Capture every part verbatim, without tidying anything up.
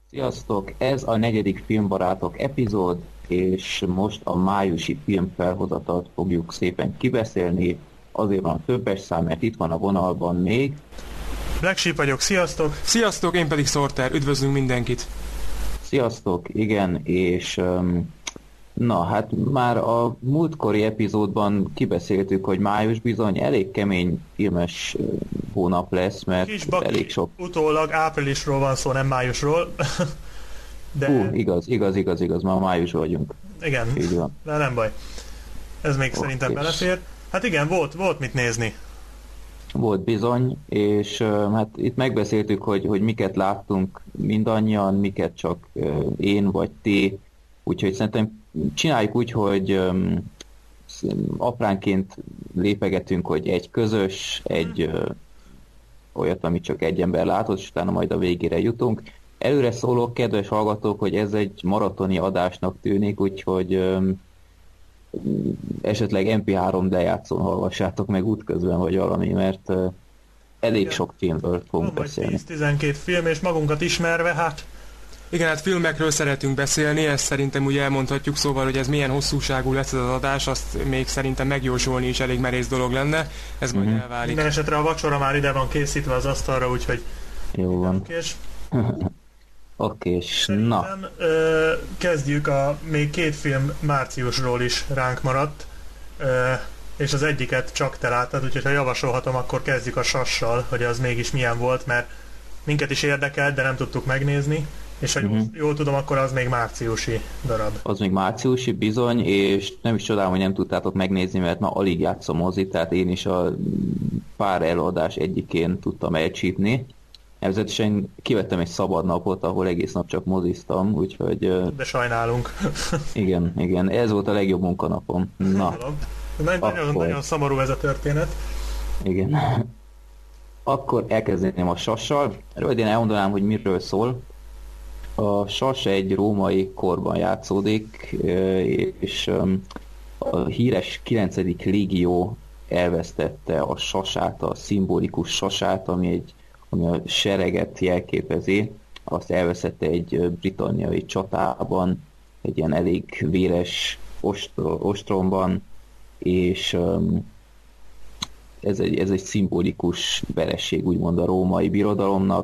Sziasztok! Ez a negyedik Filmbarátok epizód, és most a májusi filmfelhozatat fogjuk szépen kibeszélni. Azért van többes szám, mert itt van a vonalban még. Black Sheep vagyok, sziasztok! Sziasztok, én pedig Sorter, üdvözlünk mindenkit! Sziasztok, igen, és um, na hát már a múltkori epizódban kibeszéltük, hogy május bizony elég kemény filmes hónap lesz, mert Kis baki, elég sok... utólag áprilisról van szó, nem májusról. De... Hú, igaz, igaz, igaz, igaz, már május vagyunk. Igen, így van. de nem baj. Ez még okay. Szerintem belefér. Hát igen, volt, volt mit nézni. Volt bizony, és uh, hát itt megbeszéltük, hogy, hogy miket láttunk mindannyian, miket csak uh, én vagy ti, úgyhogy szerintem csináljuk úgy, hogy um, apránként lépegetünk, hogy egy közös, egy uh, olyat, amit csak egy ember látott, és utána majd a végére jutunk. Előre szólok, kedves hallgatók, hogy ez egy maratoni adásnak tűnik, úgyhogy um, esetleg em pé három lejátszón hallgassátok meg útközben, vagy valami, mert uh, elég igen. sok filmről fogunk van beszélni. tíz-tizenkét film, és magunkat ismerve, hát... Igen, hát filmekről szeretünk beszélni, ezt szerintem úgy elmondhatjuk, szóval, hogy ez milyen hosszúságú lesz ez az adás, azt még szerintem megjósolni is elég merész dolog lenne, ez majd uh-huh. elválik. Minden esetre a vacsora már ide van készítve az asztalra, úgyhogy... Jó van. Oké, és na. Ö, kezdjük, a még két film márciusról is ránk maradt, ö, és az egyiket csak te láttad, úgyhogy ha javasolhatom, akkor kezdjük a Sassal, hogy az mégis milyen volt, mert minket is érdekelt, de nem tudtuk megnézni, és ha uh-huh. jól, jól tudom, akkor az még márciusi darab. Az még márciusi bizony, és nem is csodálom, hogy nem tudtátok megnézni, mert ma alig játszom mozi, tehát én is a pár előadás egyikén tudtam elcsípni. Nevezetesen kivettem egy szabad napot, ahol egész nap csak moziztam, úgyhogy... De sajnálunk. Igen, igen, ez volt a legjobb munkanapom. Na. Nagyon, akkor... nagyon szomorú ez a történet. Igen. Akkor elkezdeném a Sassal. Röviden elmondanám, hogy miről szól. A Sass egy római korban játszódik, és a híres kilencedik légió elvesztette a sasát, a szimbolikus sasát, ami egy ami a sereget jelképezi, azt elveszette egy britanniai csatában, egy ilyen elég véres ostro, ostromban, és um, ez, egy, ez egy szimbolikus vereség, úgymond a római birodalomnak,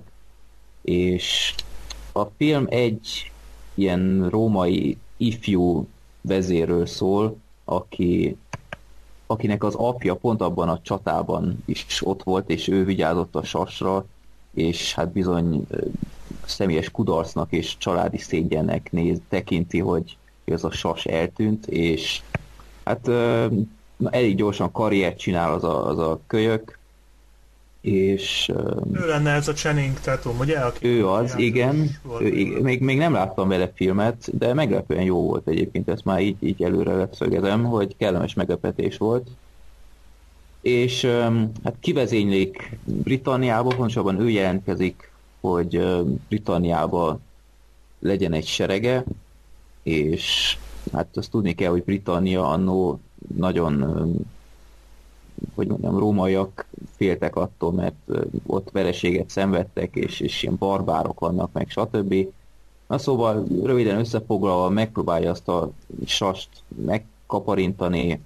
és a film egy ilyen római ifjú vezérről szól, aki akinek az apja pont abban a csatában is ott volt, és ő vigyázott a Sassra, és hát bizony személyes kudarcnak és családi szégyennek néz, tekinti, hogy ez a Sass eltűnt, és hát na, elég gyorsan karriert csinál az a, az a kölyök, és... Ő lenne ez a Channing Tatum, ugye? Aki ő az, igen. Ő, még, még nem láttam vele filmet, de meglepően jó volt egyébként, ezt már így, így előre leszögezem, hogy kellemes meglepetés volt. És hát kivezénylik Britanniába, pontosabban ő jelentkezik, hogy Britanniába legyen egy serege, és hát azt tudni kell, hogy Britannia annó nagyon, hogy mondjam, rómaiak féltek attól, mert ott vereséget szenvedtek, és, és ilyen barbárok vannak, meg stb. Na szóval röviden összefoglalva megpróbálja azt a Sast megkaparintani,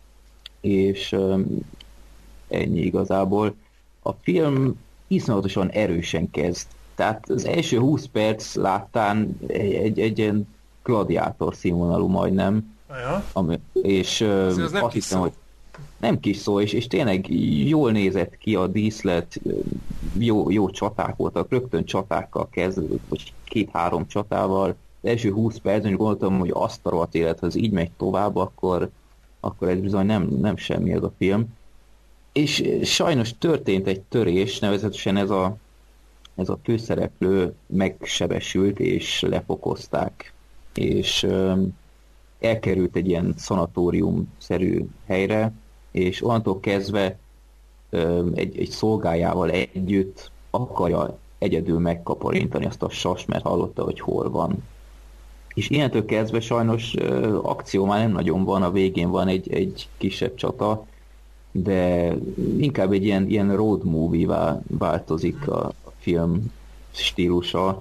és ennyi igazából. A film iszonyatosan erősen kezd. Tehát az első húsz perc láttán egy, egy, egy ilyen gladiátor színvonalú majdnem. Aja. Ami, és az azt hiszem, hogy nem kis szó, és, és tényleg jól nézett ki a díszlet, jó, jó csaták voltak, rögtön csatákkal kezdődött, vagy két-három csatával. Az első húsz percben is gondoltam, hogy azt a rohadt élet, ha ez így megy tovább, akkor, akkor ez bizony nem, nem semmi ez a film. És sajnos történt egy törés, nevezetesen ez a, ez a főszereplő megsebesült, és lefokozták, és um, elkerült egy ilyen szanatórium-szerű helyre, és onnantól kezdve um, egy, egy szolgájával együtt akarja egyedül megkaparintani azt a Sast, mert hallotta, hogy hol van. És innentől kezdve sajnos uh, akció már nem nagyon van, a végén van egy, egy kisebb csata, de inkább egy ilyen, ilyen road movie-vá változik a film stílusa.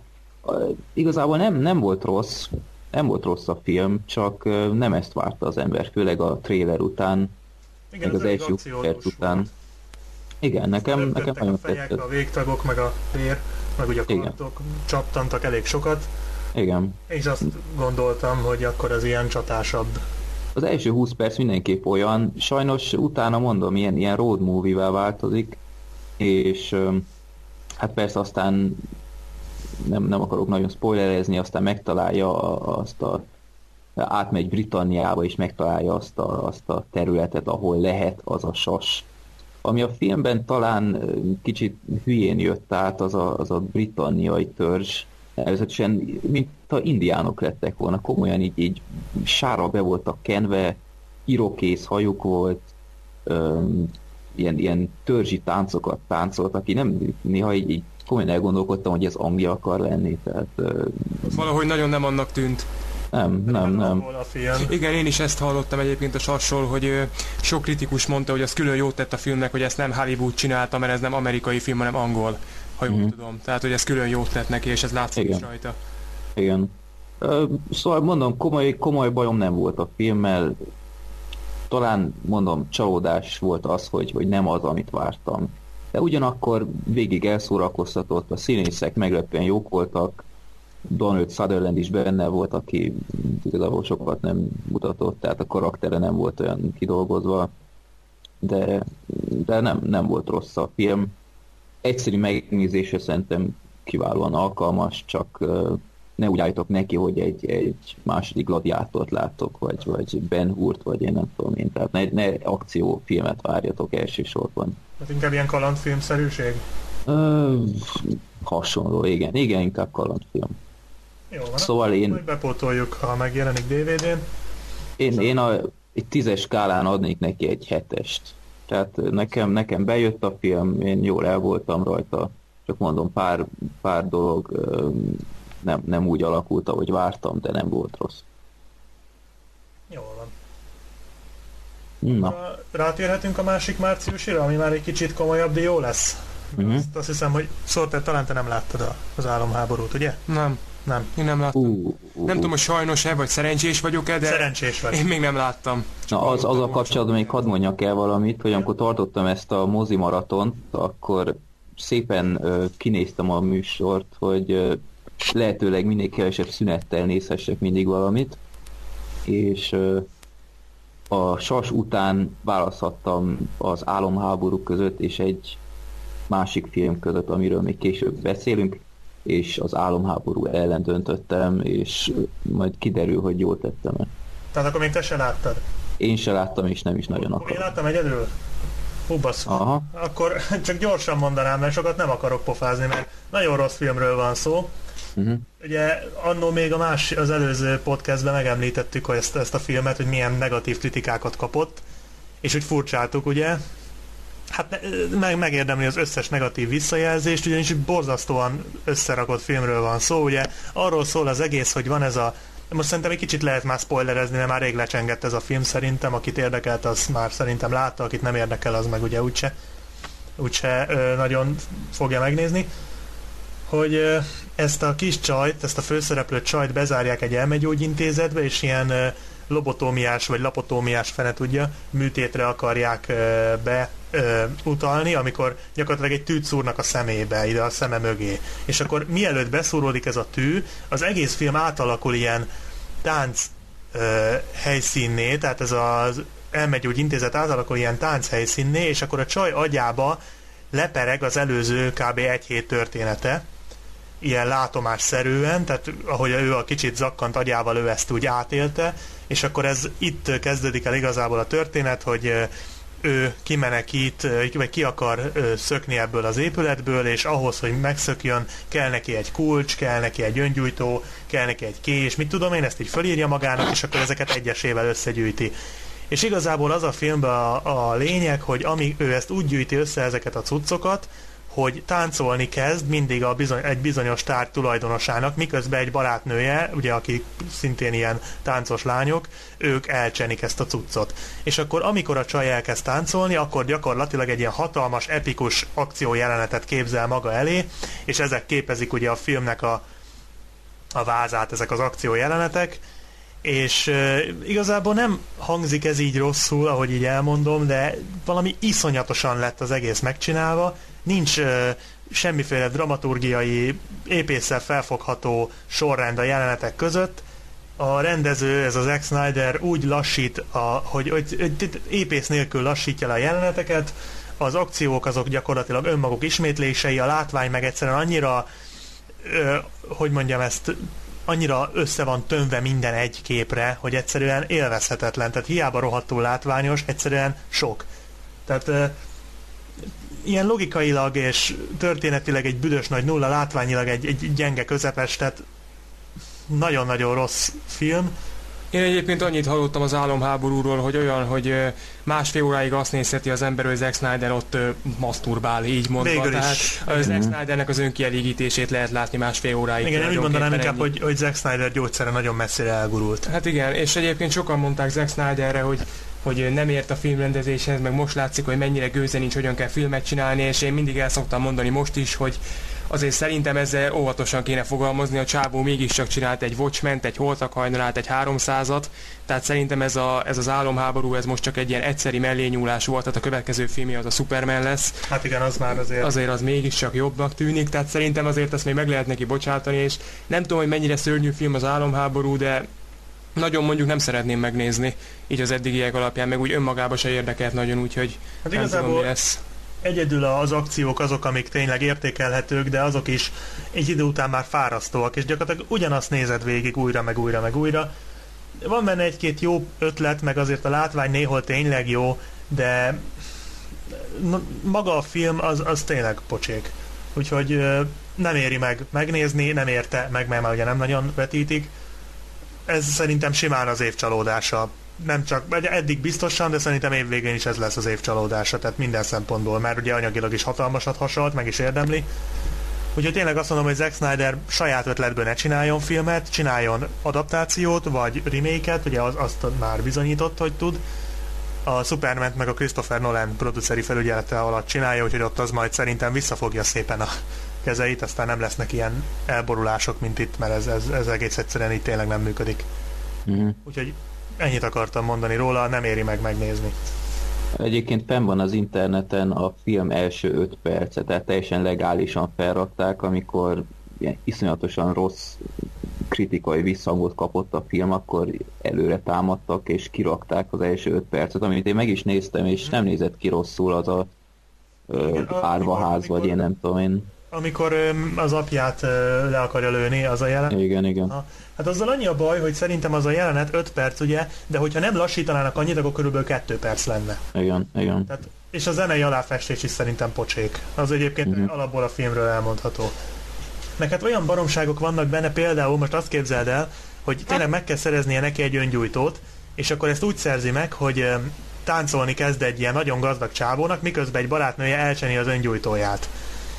Igazából nem, nem volt rossz, nem volt rossz a film, csak nem ezt várta az ember, főleg a trailer után, igen, meg az, az első perc után. Volt. Igen, nekem, nekem nagyon a fejek, tetszett. A végtagok, meg a vér, meg ugye a kartok csattantak elég sokat. Igen. És azt gondoltam, hogy akkor az ilyen csatásabb. Az első húsz perc mindenképp olyan, sajnos utána mondom, ilyen, ilyen road movie-vel változik, és hát persze aztán nem, nem akarok nagyon spoilerezni, aztán megtalálja azt a átmegy Britanniába, és megtalálja azt a, azt a területet, ahol lehet az a sas. Ami a filmben talán kicsit hülyén jött át, az a, az a britanniai törzs, nevezetesen, mint a indiánok lettek volna, komolyan így, így sárra be voltak kenve, irokész hajuk volt, öm, ilyen, ilyen törzsi táncokat táncoltak, így nem, néha így, így komolyan elgondolkodtam, hogy ez Anglia akar lenni, tehát... Öm, valahogy nagyon nem annak tűnt. Nem, nem, nem. Igen, én is ezt hallottam egyébként a Sarsról, hogy ö, sok kritikus mondta, hogy az külön jót tett a filmnek, hogy ezt nem Hollywood csinálta, mert ez nem amerikai film, hanem angol, ha jól mm. tudom. Tehát, hogy ez külön jót tett neki, és ez látszik igen. is rajta. Igen. Ö, szóval mondom, komoly, komoly bajom nem volt a filmmel. Talán, mondom, csalódás volt az, hogy, hogy nem az, amit vártam. De ugyanakkor végig elszórakoztatott, a színészek meglepően jók voltak, Donald Sutherland is benne volt, aki igazából sokat nem mutatott, tehát a karaktere nem volt olyan kidolgozva, de, de nem, nem volt rossz a film. Egyszerű megnézésre szerintem kiválóan alkalmas, csak ne úgy állítok neki, hogy egy, egy második gladiátort látok, vagy, vagy Ben Hurt, vagy én nem tudom én, tehát ne, ne akciófilmet várjatok elsősorban. Hát inkább ilyen kalandfilmszerűség? Ö, hasonló, igen, igen, inkább kalandfilm. Jó van, szóval én... majd bepótoljuk, ha megjelenik dé vé dén. Én, szóval... én a, egy tízes skálán adnék neki egy hetest. Tehát nekem, nekem bejött a film, én jól el voltam rajta, csak mondom, pár, pár dolog nem, nem úgy alakult, ahogy vártam, de nem volt rossz. Jól van. Na. Rátérhetünk a másik márciusira, ami már egy kicsit komolyabb, de jó lesz. Uh-huh. Azt, azt hiszem, hogy Sorter, talán te nem láttad az álomháborút, ugye? Nem. Nem. Én nem láttam. Uh, uh, nem tudom, hogy sajnos-e, vagy szerencsés vagyok-e, de szerencsés vagy. Én még nem láttam. Na, az, az a kapcsolatban még hadd mondjak el valamit, hogy amikor tartottam ezt a mozi maratont, akkor szépen uh, kinéztem a műsort, hogy uh, lehetőleg minél kevesebb szünettel nézhessek mindig valamit, és uh, a Sas után választhattam az álomháború között és egy másik film között, amiről még később beszélünk, és az álomháború ellen döntöttem, és majd kiderül, hogy jól tettem-e. Tehát akkor még te se láttad? Én se láttam, és nem is nagyon akarom. Én láttam egyedül? Hú, basszus. Akkor csak gyorsan mondanám, mert sokat nem akarok pofázni, mert nagyon rossz filmről van szó. Uh-huh. Ugye annó még a más, az előző podcastben megemlítettük hogy ezt, ezt a filmet, hogy milyen negatív kritikákat kapott, és hogy furcsáltuk, ugye? Hát meg, megérdemli az összes negatív visszajelzést, ugyanis borzasztóan összerakott filmről van szó, ugye arról szól az egész, hogy van ez a, most szerintem egy kicsit lehet már spoilerezni, mert már rég lecsengett ez a film szerintem, akit érdekelt, az már szerintem látta, akit nem érdekel, az meg ugye úgyse, úgyse ö, nagyon fogja megnézni, hogy ö, ezt a kis csajt, ezt a főszereplő csajt bezárják egy elmegyógyintézetbe, és ilyen ö, lobotómiás vagy lapotómiás fene tudja, műtétre akarják ö, be ö, utalni, amikor gyakorlatilag egy tűt szúrnak a szemébe, ide a szeme mögé. És akkor mielőtt beszúródik ez a tű, az egész film átalakul ilyen tánc ö, helyszínné, tehát ez az elmegyógyintézet átalakul ilyen tánc helyszínné, és akkor a csaj agyába lepereg az előző kb. Egy hét története, ilyen látomásszerűen, tehát ahogy ő a kicsit zakkant agyával, ő ezt úgy átélte, és akkor ez itt kezdődik el igazából a történet, hogy ő kimenekít, vagy ki akar szökni ebből az épületből, és ahhoz, hogy megszökjön, kell neki egy kulcs, kell neki egy öngyújtó, kell neki egy kés, mit tudom én, ezt így fölírja magának, és akkor ezeket egyesével összegyűjti. És igazából az a filmben a, a lényeg, hogy amíg ő ezt úgy gyűjti össze ezeket a cuccokat, hogy táncolni kezd mindig a bizony, egy bizonyos tárgy tulajdonosának, miközben egy barátnője, ugye aki szintén ilyen táncos lányok, ők elcsenik ezt a cuccot. És akkor amikor a csaj elkezd táncolni, akkor gyakorlatilag egy ilyen hatalmas, epikus akciójelenetet képzel maga elé, és ezek képezik ugye a filmnek a a vázát ezek az akció jelenetek, és uh, igazából nem hangzik ez így rosszul, ahogy így elmondom, de valami iszonyatosan lett az egész megcsinálva, nincs uh, semmiféle dramaturgiai, épésszel felfogható sorrend a jelenetek között. A rendező, ez az Zack Snyder úgy lassít, a, hogy, hogy, hogy épész nélkül lassítja le a jeleneteket, az akciók azok gyakorlatilag önmaguk ismétlései, a látvány meg egyszerűen annyira, ö, hogy mondjam ezt, annyira össze van tömve minden egy képre, hogy egyszerűen élvezhetetlen, tehát hiába rohadtul látványos, egyszerűen sok. Tehát ö, ilyen logikailag és történetileg egy büdös nagy nulla, látványilag egy, egy gyenge közepes, tehát nagyon-nagyon rossz film. Én egyébként annyit hallottam az álomháborúról, hogy olyan, hogy másfél óráig azt nézheti az ember, hogy Zack Snyder ott maszturbál, így mondva. Végül Tehát is. a Zack Snydernek az önkielégítését lehet látni másfél óráig. Igen, én úgy mondanám inkább, hogy, hogy Zack Snyder gyógyszere nagyon messzire elgurult. Hát igen, és egyébként sokan mondták Zack Snyderre, hogy hogy nem ért a filmrendezéshez, meg most látszik, hogy mennyire gőze nincs, hogyan kell filmet csinálni, és én mindig el szoktam mondani most is, hogy azért szerintem ezzel óvatosan kéne fogalmazni, a csávó mégiscsak csinált egy Watchmen-t, egy Holtak hajnalát, egy háromszázat, tehát szerintem ez, a, ez az álomháború, ez most csak egy ilyen egyszeri mellényúlás volt, tehát a következő filmje az a Superman lesz. Hát igen, az már azért... Azért az mégiscsak jobbnak tűnik, tehát szerintem azért ezt még meg lehet neki bocsátani, és nem tudom, hogy mennyire szörnyű film az álomháború, de nagyon mondjuk nem szeretném megnézni, így az eddigiek alapján, meg úgy önmagában se érdekelt nagyon, úgyhogy hát nem tudom, mi lesz. Egyedül az akciók azok, amik tényleg értékelhetők, de azok is egy idő után már fárasztóak, és gyakorlatilag ugyanazt nézed végig újra, meg újra, meg újra. Van benne egy-két jó ötlet, meg azért a látvány néhol tényleg jó, de maga a film az, az tényleg pocsék. Úgyhogy nem éri meg megnézni, nem érte meg, mert már ugye nem nagyon vetítik. Ez szerintem simán az év csalódása. Nem csak, eddig biztosan, de szerintem évvégén is ez lesz az év csalódása, tehát minden szempontból, mert ugye anyagilag is hatalmasat hasonlt, meg is érdemli. Úgyhogy tényleg azt mondom, hogy Zack Snyder saját ötletből ne csináljon filmet, csináljon adaptációt, vagy remake-et, ugye az, azt már bizonyított, hogy tud. A Superman meg a Christopher Nolan produceri felügyelete alatt csinálja, úgyhogy ott az majd szerintem visszafogja szépen a kezeit, aztán nem lesznek ilyen elborulások, mint itt, mert ez, ez, ez egész egyszerűen így tényleg nem működik. Mm. Úgyhogy ennyit akartam mondani róla, nem éri meg megnézni. Egyébként fenn van az interneten a film első öt perce, tehát teljesen legálisan felrakták, amikor ilyen iszonyatosan rossz kritikai visszhangot kapott a film, akkor előre támadtak és kirakták az első öt percet, amit én meg is néztem, és nem nézett ki rosszul az a ö, árvaház, vagy én nem tudom én. Amikor az apját le akarja lőni, az a jelenet. Igen, igen. Ha, hát azzal annyi a baj, hogy szerintem az a jelenet öt perc, ugye, de hogyha nem lassítanának annyit, akkor körülbelül kettő perc lenne. Igen, igen. Tehát, és a zenei aláfestés is szerintem pocsék. Az egyébként uh-huh. alapból a filmről elmondható. Meg hát olyan baromságok vannak benne, például most azt képzeld el, hogy tényleg meg kell szereznie neki egy öngyújtót, és akkor ezt úgy szerzi meg, hogy táncolni kezd egy ilyen nagyon gazdag csávónak, miközben egy barátnője elcseni az öngyújtóját.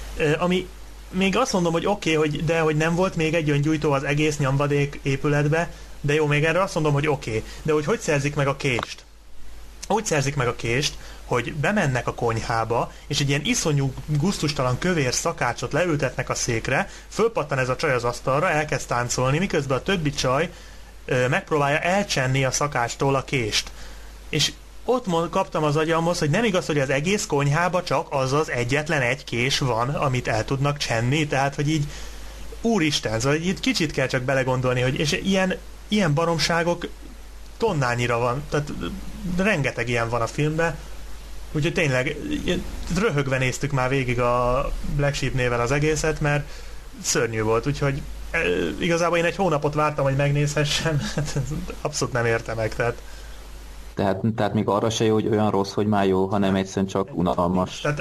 Ami még azt mondom, hogy oké, okay, hogy, de hogy nem volt még egy öngyújtó az egész nyomvadék épületbe, de jó, még erre azt mondom, hogy oké. Okay. De hogy hogy szerzik meg a kést? Úgy szerzik meg a kést, hogy bemennek a konyhába, és egy ilyen iszonyú, gusztustalan kövér szakácsot leültetnek a székre, fölpattan ez a csaj az asztalra, elkezd táncolni, miközben a többi csaj ö, megpróbálja elcsenni a szakácstól a kést. És ott mond, kaptam az agyamhoz, hogy nem igaz, hogy az egész konyhába csak az az egyetlen egy kés van, amit el tudnak csenni, tehát, hogy így úristen, szóval így kicsit kell csak belegondolni, hogy és ilyen, ilyen baromságok tonnányira van, tehát rengeteg ilyen van a filmben, úgyhogy tényleg röhögve néztük már végig a Black Sheep néven az egészet, mert szörnyű volt, úgyhogy e, igazából én egy hónapot vártam, hogy megnézhessem, abszolút nem érte meg, tehát Tehát, tehát még arra se jó, hogy olyan rossz, hogy már jó, hanem egyszerűen csak unalmas. Tehát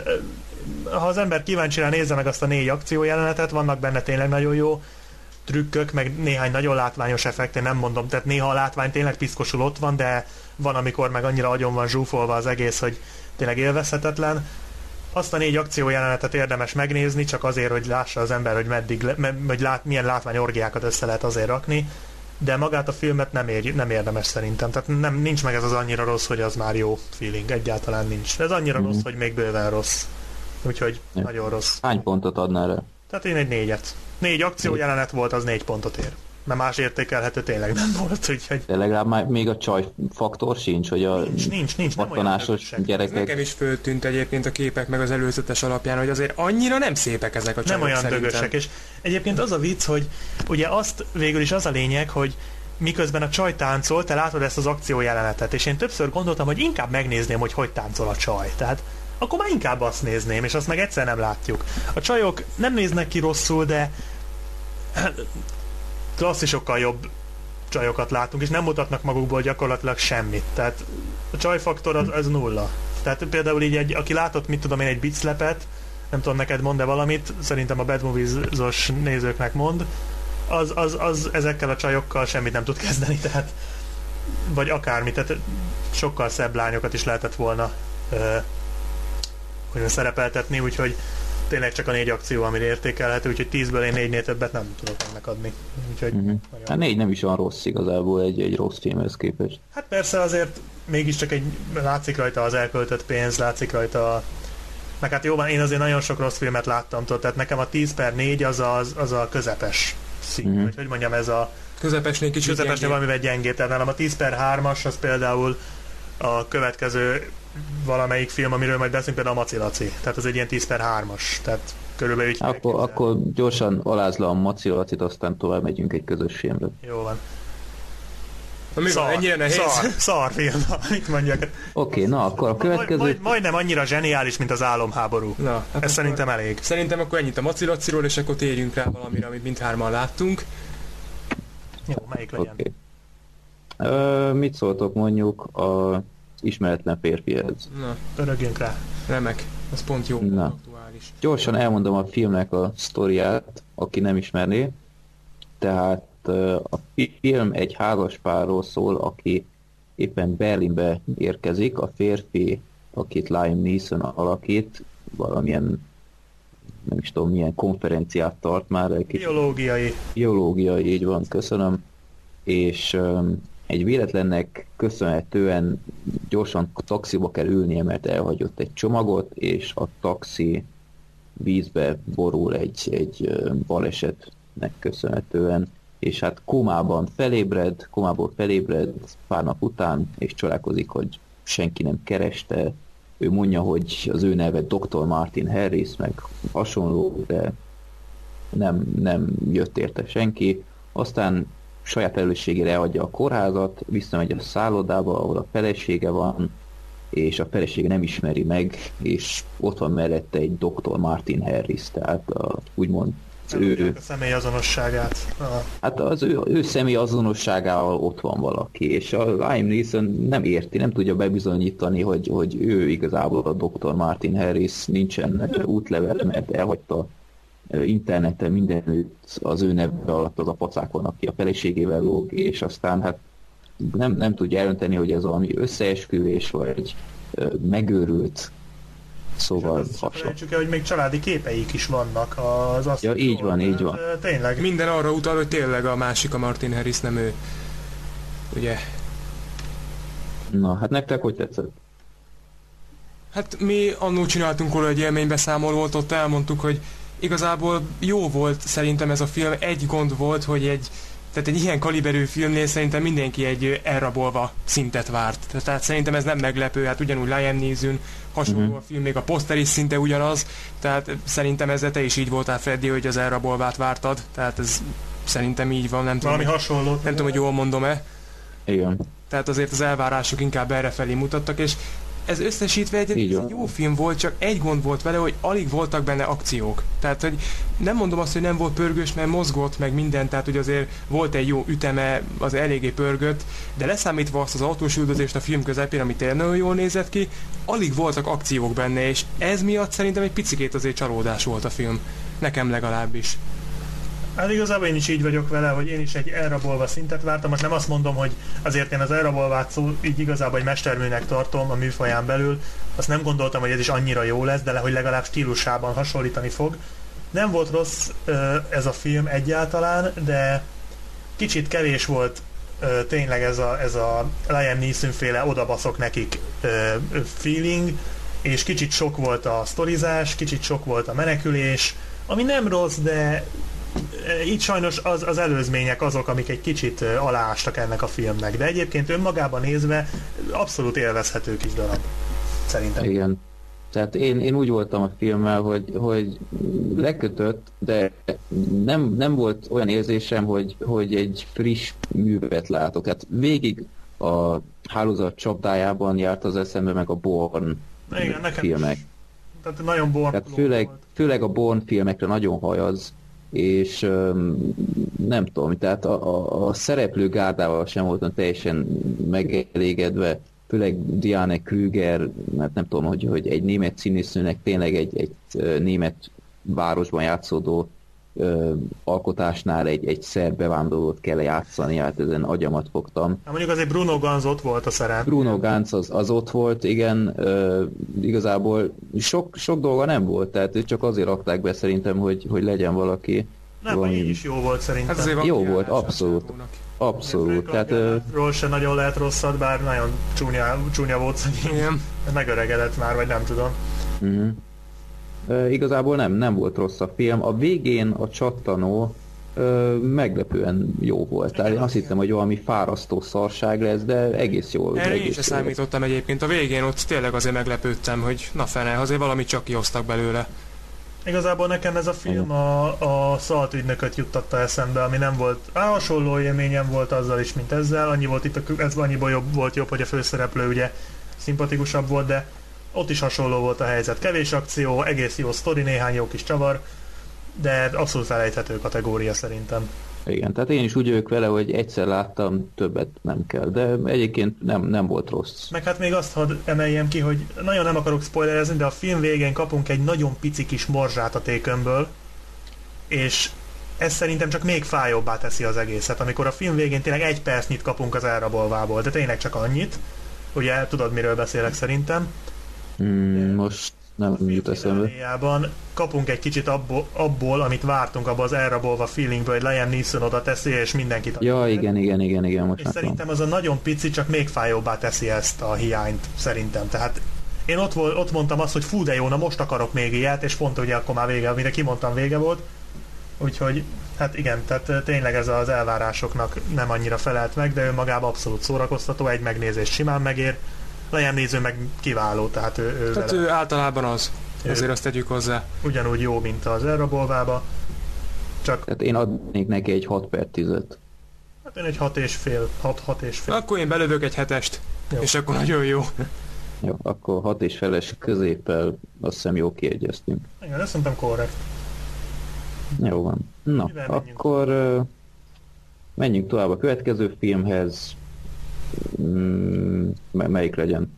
ha az ember kíváncsi rá, nézze meg azt a négy akciójelenetet, vannak benne tényleg nagyon jó trükkök, meg néhány nagyon látványos effekt, én nem mondom, tehát néha a látvány tényleg piszkosul ott van, de van, amikor meg annyira agyon van zsúfolva az egész, hogy tényleg élvezhetetlen. Azt a négy akciójelenetet érdemes megnézni, csak azért, hogy lássa az ember, hogy meddig, hogy lát, milyen látványorgiákat össze lehet azért rakni, de magát a filmet nem, ér, nem érdemes szerintem. Tehát nem, nincs meg ez az annyira rossz, hogy az már jó feeling. Egyáltalán nincs. Ez annyira mm-hmm. rossz, hogy még bőven rossz. Úgyhogy ja. nagyon rossz. Hány pontot adnál rá? Tehát én egy négyet. négy akció jelenet volt, az négy pontot ér. Mert más értékelhető tényleg nem volt, úgyhogy... De legalább már még a csaj faktor sincs, hogy a nincs, nincs, nincs, pattanásos gyerekek... Nekem is föltűnt egyébként a képek meg az előzetes alapján, hogy azért annyira nem szépek ezek a csajok. Nem olyan szerintem. dögösek, és egyébként az a vicc, hogy ugye azt végül is az a lényeg, hogy miközben a csaj táncol, te látod ezt az akció jelenetet, és én többször gondoltam, hogy inkább megnézném, hogy hogy táncol a csaj. Tehát akkor már inkább azt nézném, és azt meg egyszer nem látjuk. A csajok nem néznek ki rosszul, de klasszisokkal jobb csajokat látunk, és nem mutatnak magukból gyakorlatilag semmit. Tehát a csajfaktor az, az nulla. Tehát például így, egy, aki látott, mit tudom én, egy Beat-Slap-et, nem tudom, neked mond-e valamit, szerintem a Bad Movies-os nézőknek mond, az, az, az ezekkel a csajokkal semmit nem tud kezdeni, tehát vagy akármit, tehát sokkal szebb lányokat is lehetett volna ö, hogy szerepeltetni, úgyhogy tényleg csak a négy akció, amire értékelhető, úgyhogy tízből én négynél többet nem tudok ennek adni. Úgyhogy uh-huh. Hát négy nem is olyan rossz igazából egy, egy rossz filmhez képest. Hát persze azért mégiscsak egy, látszik rajta az elköltött pénz, látszik rajta a... meg hát jóban én azért nagyon sok rossz filmet láttam, tehát nekem a tíz per négy az a, az a közepes szín, uh-huh. vagy hogy mondjam, ez a közepesnél kicsit közepesnél valamivel gyengébb, tehát nálam a tíz per hármas az például a következő valamelyik film, amiről majd beszélünk, például a Maci Laci. Tehát az egy ilyen tíz per hármas. Tehát körülbelül így akkor, akkor gyorsan alázd le a Maci Lacit, aztán tovább megyünk egy közös filmre. Jó van. Na mi szar, van, ennyire nehéz? Szar, szar film, mit mondjak. Oké, okay, na akkor a következő... Majd, majdnem annyira zseniális, mint az Álomháború. Na, hát ez szerintem elég. Szerintem akkor ennyit a Maci Laciról, és akkor térjünk rá valamire, amit mindhárman láttunk. Jó, melyik legyen? Okay. Ö, mit szóltok mondjuk a ismeretlen férfihez? Na. Örögjünk rá. Remek. Ez pont jó. Na. Aktuális. Gyorsan elmondom a filmnek a sztoriát, aki nem ismerné. Tehát a film egy házaspárról szól, aki éppen Berlinbe érkezik. A férfi, akit Liam Neeson alakít, valamilyen, nem is tudom milyen konferenciát tart már. Biológiai. Biológiai, így van, köszönöm. És um, egy véletlennek köszönhetően gyorsan taxiba kell ülnie, mert elhagyott egy csomagot, és a taxi vízbe borul egy, egy balesetnek köszönhetően, és hát komában felébred, komából felébred pár nap után, és csodálkozik, hogy senki nem kereste. Ő mondja, hogy az ő neve doktor Martin Harris, meg hasonló, de nem, nem jött érte senki. Aztán saját felelősségére elhagyja a kórházat, visszamegy a szállodába, ahol a felesége van, és a felesége nem ismeri meg, és ott van mellette egy doktor Martin Harris, tehát a, úgymond az ő... a személy azonosságát. Ah. Hát az ő, ő személy azonosságával ott van valaki, és a Liam Neeson nem érti, nem tudja bebizonyítani, hogy, hogy ő igazából a doktor Martin Harris, nincsen útlevel, mert elhagyta interneten mindenütt az ő neve alatt az a pacák van, aki a feleségével lóg, és aztán hát nem, nem tudja eldönteni, hogy ez valami összeesküvés, vagy ö, megőrült, szóval hasonló. El, hogy még családi képeik is vannak az azt. Ja, így van, így van. Tényleg. Minden arra utal, hogy tényleg a másik a Martin Harris, nem ő. Ugye? Na, hát nektek hogy tetszett? Hát mi annól csináltunk róla egy élménybeszámolót, ott elmondtuk, hogy igazából jó volt szerintem ez a film, egy gond volt, hogy egy, tehát egy ilyen kaliberű filmnél szerintem mindenki egy elrabolva szintet várt. Tehát szerintem ez nem meglepő, hát ugyanúgy Liam Neeson, hasonló uh-huh. a film, még a poszter is szinte ugyanaz, tehát szerintem ezzel te is így voltál, Freddy, hogy az elrabolvát vártad, tehát ez szerintem így van, nem Valami tudom, hasonló. Nem tudom, hogy jól mondom-e. Igen. Tehát azért az elvárások inkább errefelé mutattak, és ez összesítve egy, egy jó film volt, csak egy gond volt vele, hogy alig voltak benne akciók. Tehát, hogy nem mondom azt, hogy nem volt pörgős, mert mozgott meg minden, tehát, hogy azért volt egy jó üteme, az eléggé pörgött, de leszámítva azt az autós üldözést a film közepén, amit tényleg nagyon jól nézett ki, alig voltak akciók benne, és ez miatt szerintem egy picikét azért csalódás volt a film. Nekem legalábbis. Hát igazából én is így vagyok vele, hogy én is egy elrabolva szintet vártam. Most nem azt mondom, hogy azért én az elrabolvát szó így igazából egy mesterműnek tartom a műfaján belül. Azt nem gondoltam, hogy ez is annyira jó lesz, de hogy legalább stílusában hasonlítani fog. Nem volt rossz ez a film egyáltalán, de kicsit kevés volt tényleg ez a, ez a Liam Neeson féle odabaszok nekik feeling, és kicsit sok volt a sztorizás, kicsit sok volt a menekülés, ami nem rossz, de itt sajnos az, az előzmények azok, amik egy kicsit aláástak ennek a filmnek, de egyébként önmagában nézve abszolút élvezhető kis darab. Szerintem. Igen. Tehát én, én úgy voltam a filmmel, hogy, hogy lekötött, de nem, nem volt olyan érzésem, hogy, hogy egy friss művet látok. Tehát végig a hálózat csapdájában járt az eszembe, meg a Bourne Igen, filmek. Tehát nagyon Bourne Tehát főleg, főleg a Bourne filmekre nagyon hajaz, és um, nem tudom, tehát a, a, a szereplő gárdával sem voltam teljesen megelégedve, főleg Diane Krüger, mert nem tudom, hogy, hogy egy német színésznőnek tényleg egy, egy német városban játszódó ö, alkotásnál egy, egy szerb bevándorlót kell játszani, hát ezen agyamat fogtam. Hát mondjuk azért Bruno Ganz ott volt a szerep. Bruno Ganz az, az ott volt, igen, ö, igazából sok, sok dolga nem volt, tehát csak azért rakták be szerintem, hogy, hogy legyen valaki. Nem, valami... így is jó volt szerintem. Hát azért jó volt, abszolút. Abszolút. Tehát, ról se nagyon lehet rosszat, bár nagyon csúnya, csúnya volt szegény. Megöregedett már, vagy nem tudom. Uh-huh. E, igazából nem, nem volt rossz a film. A végén a csattanó e, meglepően jó volt. Tehát én azt hittem, hogy valami fárasztó szarság lesz, de egész jó. Erre egész én sem számítottam lesz. Egyébként. A végén ott tényleg azért meglepődtem, hogy na fene, azért valamit csak kihoztak belőle. Igazából nekem ez a film a, a Szalt ügynököt juttatta eszembe, ami nem volt, á, hasonló élményem volt azzal is, mint ezzel, annyi volt itt, a, ez annyiból jobb, volt jobb, hogy a főszereplő ugye szimpatikusabb volt, de ott is hasonló volt a helyzet. Kevés akció, egész jó sztori, néhány jó kis csavar, de abszolút felejthető kategória szerintem. Igen, tehát én is úgy vagyok vele, hogy egyszer láttam, többet nem kell, de egyébként nem, nem volt rossz. Meg hát még azt hadd emeljem ki, hogy nagyon nem akarok spoilerezni, de a film végén kapunk egy nagyon pici kis morzsát a tékömből, és ez szerintem csak még fájóbbá teszi az egészet, amikor a film végén tényleg egy percnyit kapunk az elrabolvából, de tényleg csak annyit. Ugye tudod, miről beszélek szerintem? Hmm, most nem jut eszembe. Kapunk egy kicsit abból, abból, amit vártunk abból az elrabolva feelingből, hogy Liam Neeson oda teszi, és mindenkit adja. Ja, igen, igen, igen, igen, most és szerintem az a nagyon pici, csak még fájóbbá teszi ezt a hiányt, szerintem. Tehát én ott, vol, ott mondtam azt, hogy fú, de jó, na most akarok még ilyet, és pont ugye akkor már vége, mire kimondtam, vége volt. Úgyhogy, hát igen, tehát tényleg ez az elvárásoknak nem annyira felelt meg, de ő magában abszolút szórakoztató, egy megnézés simán megér. Liam Neeson meg kiváló, tehát ő, ő Tehát vele. Ő általában az. Azért azt tegyük hozzá. Ugyanúgy jó, mint az elrabolvába. Csak... Tehát én adnék neki egy hat per tízet. Hát én egy hat és fél. hat, hat és fél. Akkor én belövök egy hetest. Jó. És akkor nagyon jó. Jó, akkor hat és feles középpel azt hiszem jó kiegyeztünk. Igen, ezt mondtam korrekt. Jó van. Na, mivel akkor menjünk? menjünk tovább a következő filmhez. Mm, melyik legyen?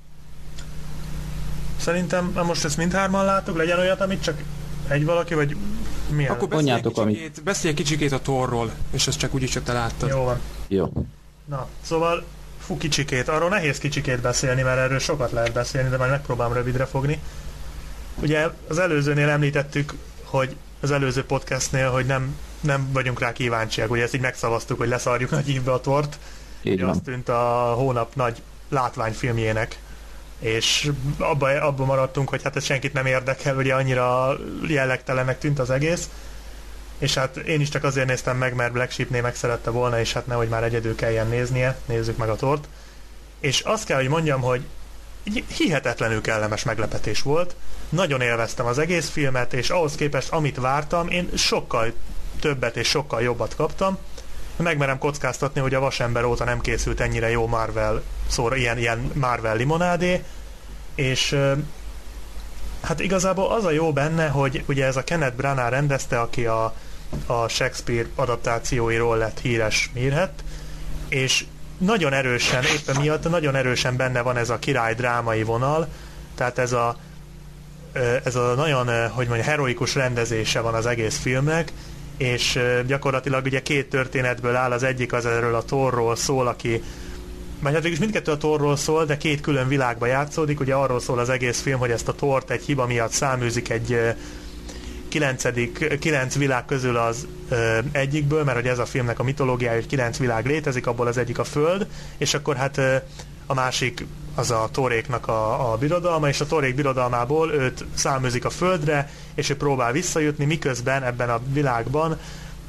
Szerintem, na most ezt mindhárman látok, legyen olyat, amit csak egy valaki, vagy milyen? Akkor beszélj kicsikét, amit... beszélj kicsikét a Thorról, és azt csak úgyis csak te láttad. Jó van. Jó. Na, szóval, fú, kicsikét, arról nehéz kicsikét beszélni, mert erről sokat lehet beszélni, de majd megpróbálom rövidre fogni. Ugye az előzőnél említettük, hogy az előző podcastnél, hogy nem, nem vagyunk rá kíváncsiak, ugye ezt így megszavaztuk, hogy leszarjuk nagy ívbe a Thort. Ugye azt tűnt a hónap nagy látványfilmjének, és abba, abba maradtunk, hogy hát ez senkit nem érdekel, ugye annyira jellegtelennek tűnt az egész, és hát én is csak azért néztem meg, mert Black Sheepnél meg szerette volna, és hát nehogy már egyedül kelljen néznie, nézzük meg a Thort. És azt kell, hogy mondjam, hogy hihetetlenül kellemes meglepetés volt, nagyon élveztem az egész filmet, és ahhoz képest, amit vártam, én sokkal többet és sokkal jobbat kaptam. Megmerem kockáztatni, hogy a Vasember óta nem készült ennyire jó Marvel szóra, ilyen, ilyen Marvel limonádé, és hát igazából az a jó benne, hogy ugye ez a Kenneth Branagh rendezte, aki a, a Shakespeare adaptációiról lett híres Mérhet, és nagyon erősen, éppen miatt nagyon erősen benne van ez a király drámai vonal, tehát ez a ez a nagyon, hogy mondja, heroikus rendezése van az egész filmnek, és gyakorlatilag ugye két történetből áll, az egyik az erről a Thorról szól, aki, vagy hát végülis mindkettő a Thorról szól, de két külön világba játszódik, ugye arról szól az egész film, hogy ezt a Thort egy hiba miatt száműzik egy kilencedik, kilenc világ közül az ö, egyikből, mert hogy ez a filmnek a mitológiája, hogy kilenc világ létezik, abból az egyik a Föld, és akkor hát ö, a másik az a Thoréknak a, a birodalma, és a Thorék birodalmából őt száműzik a Földre, és ő próbál visszajutni, miközben ebben a világban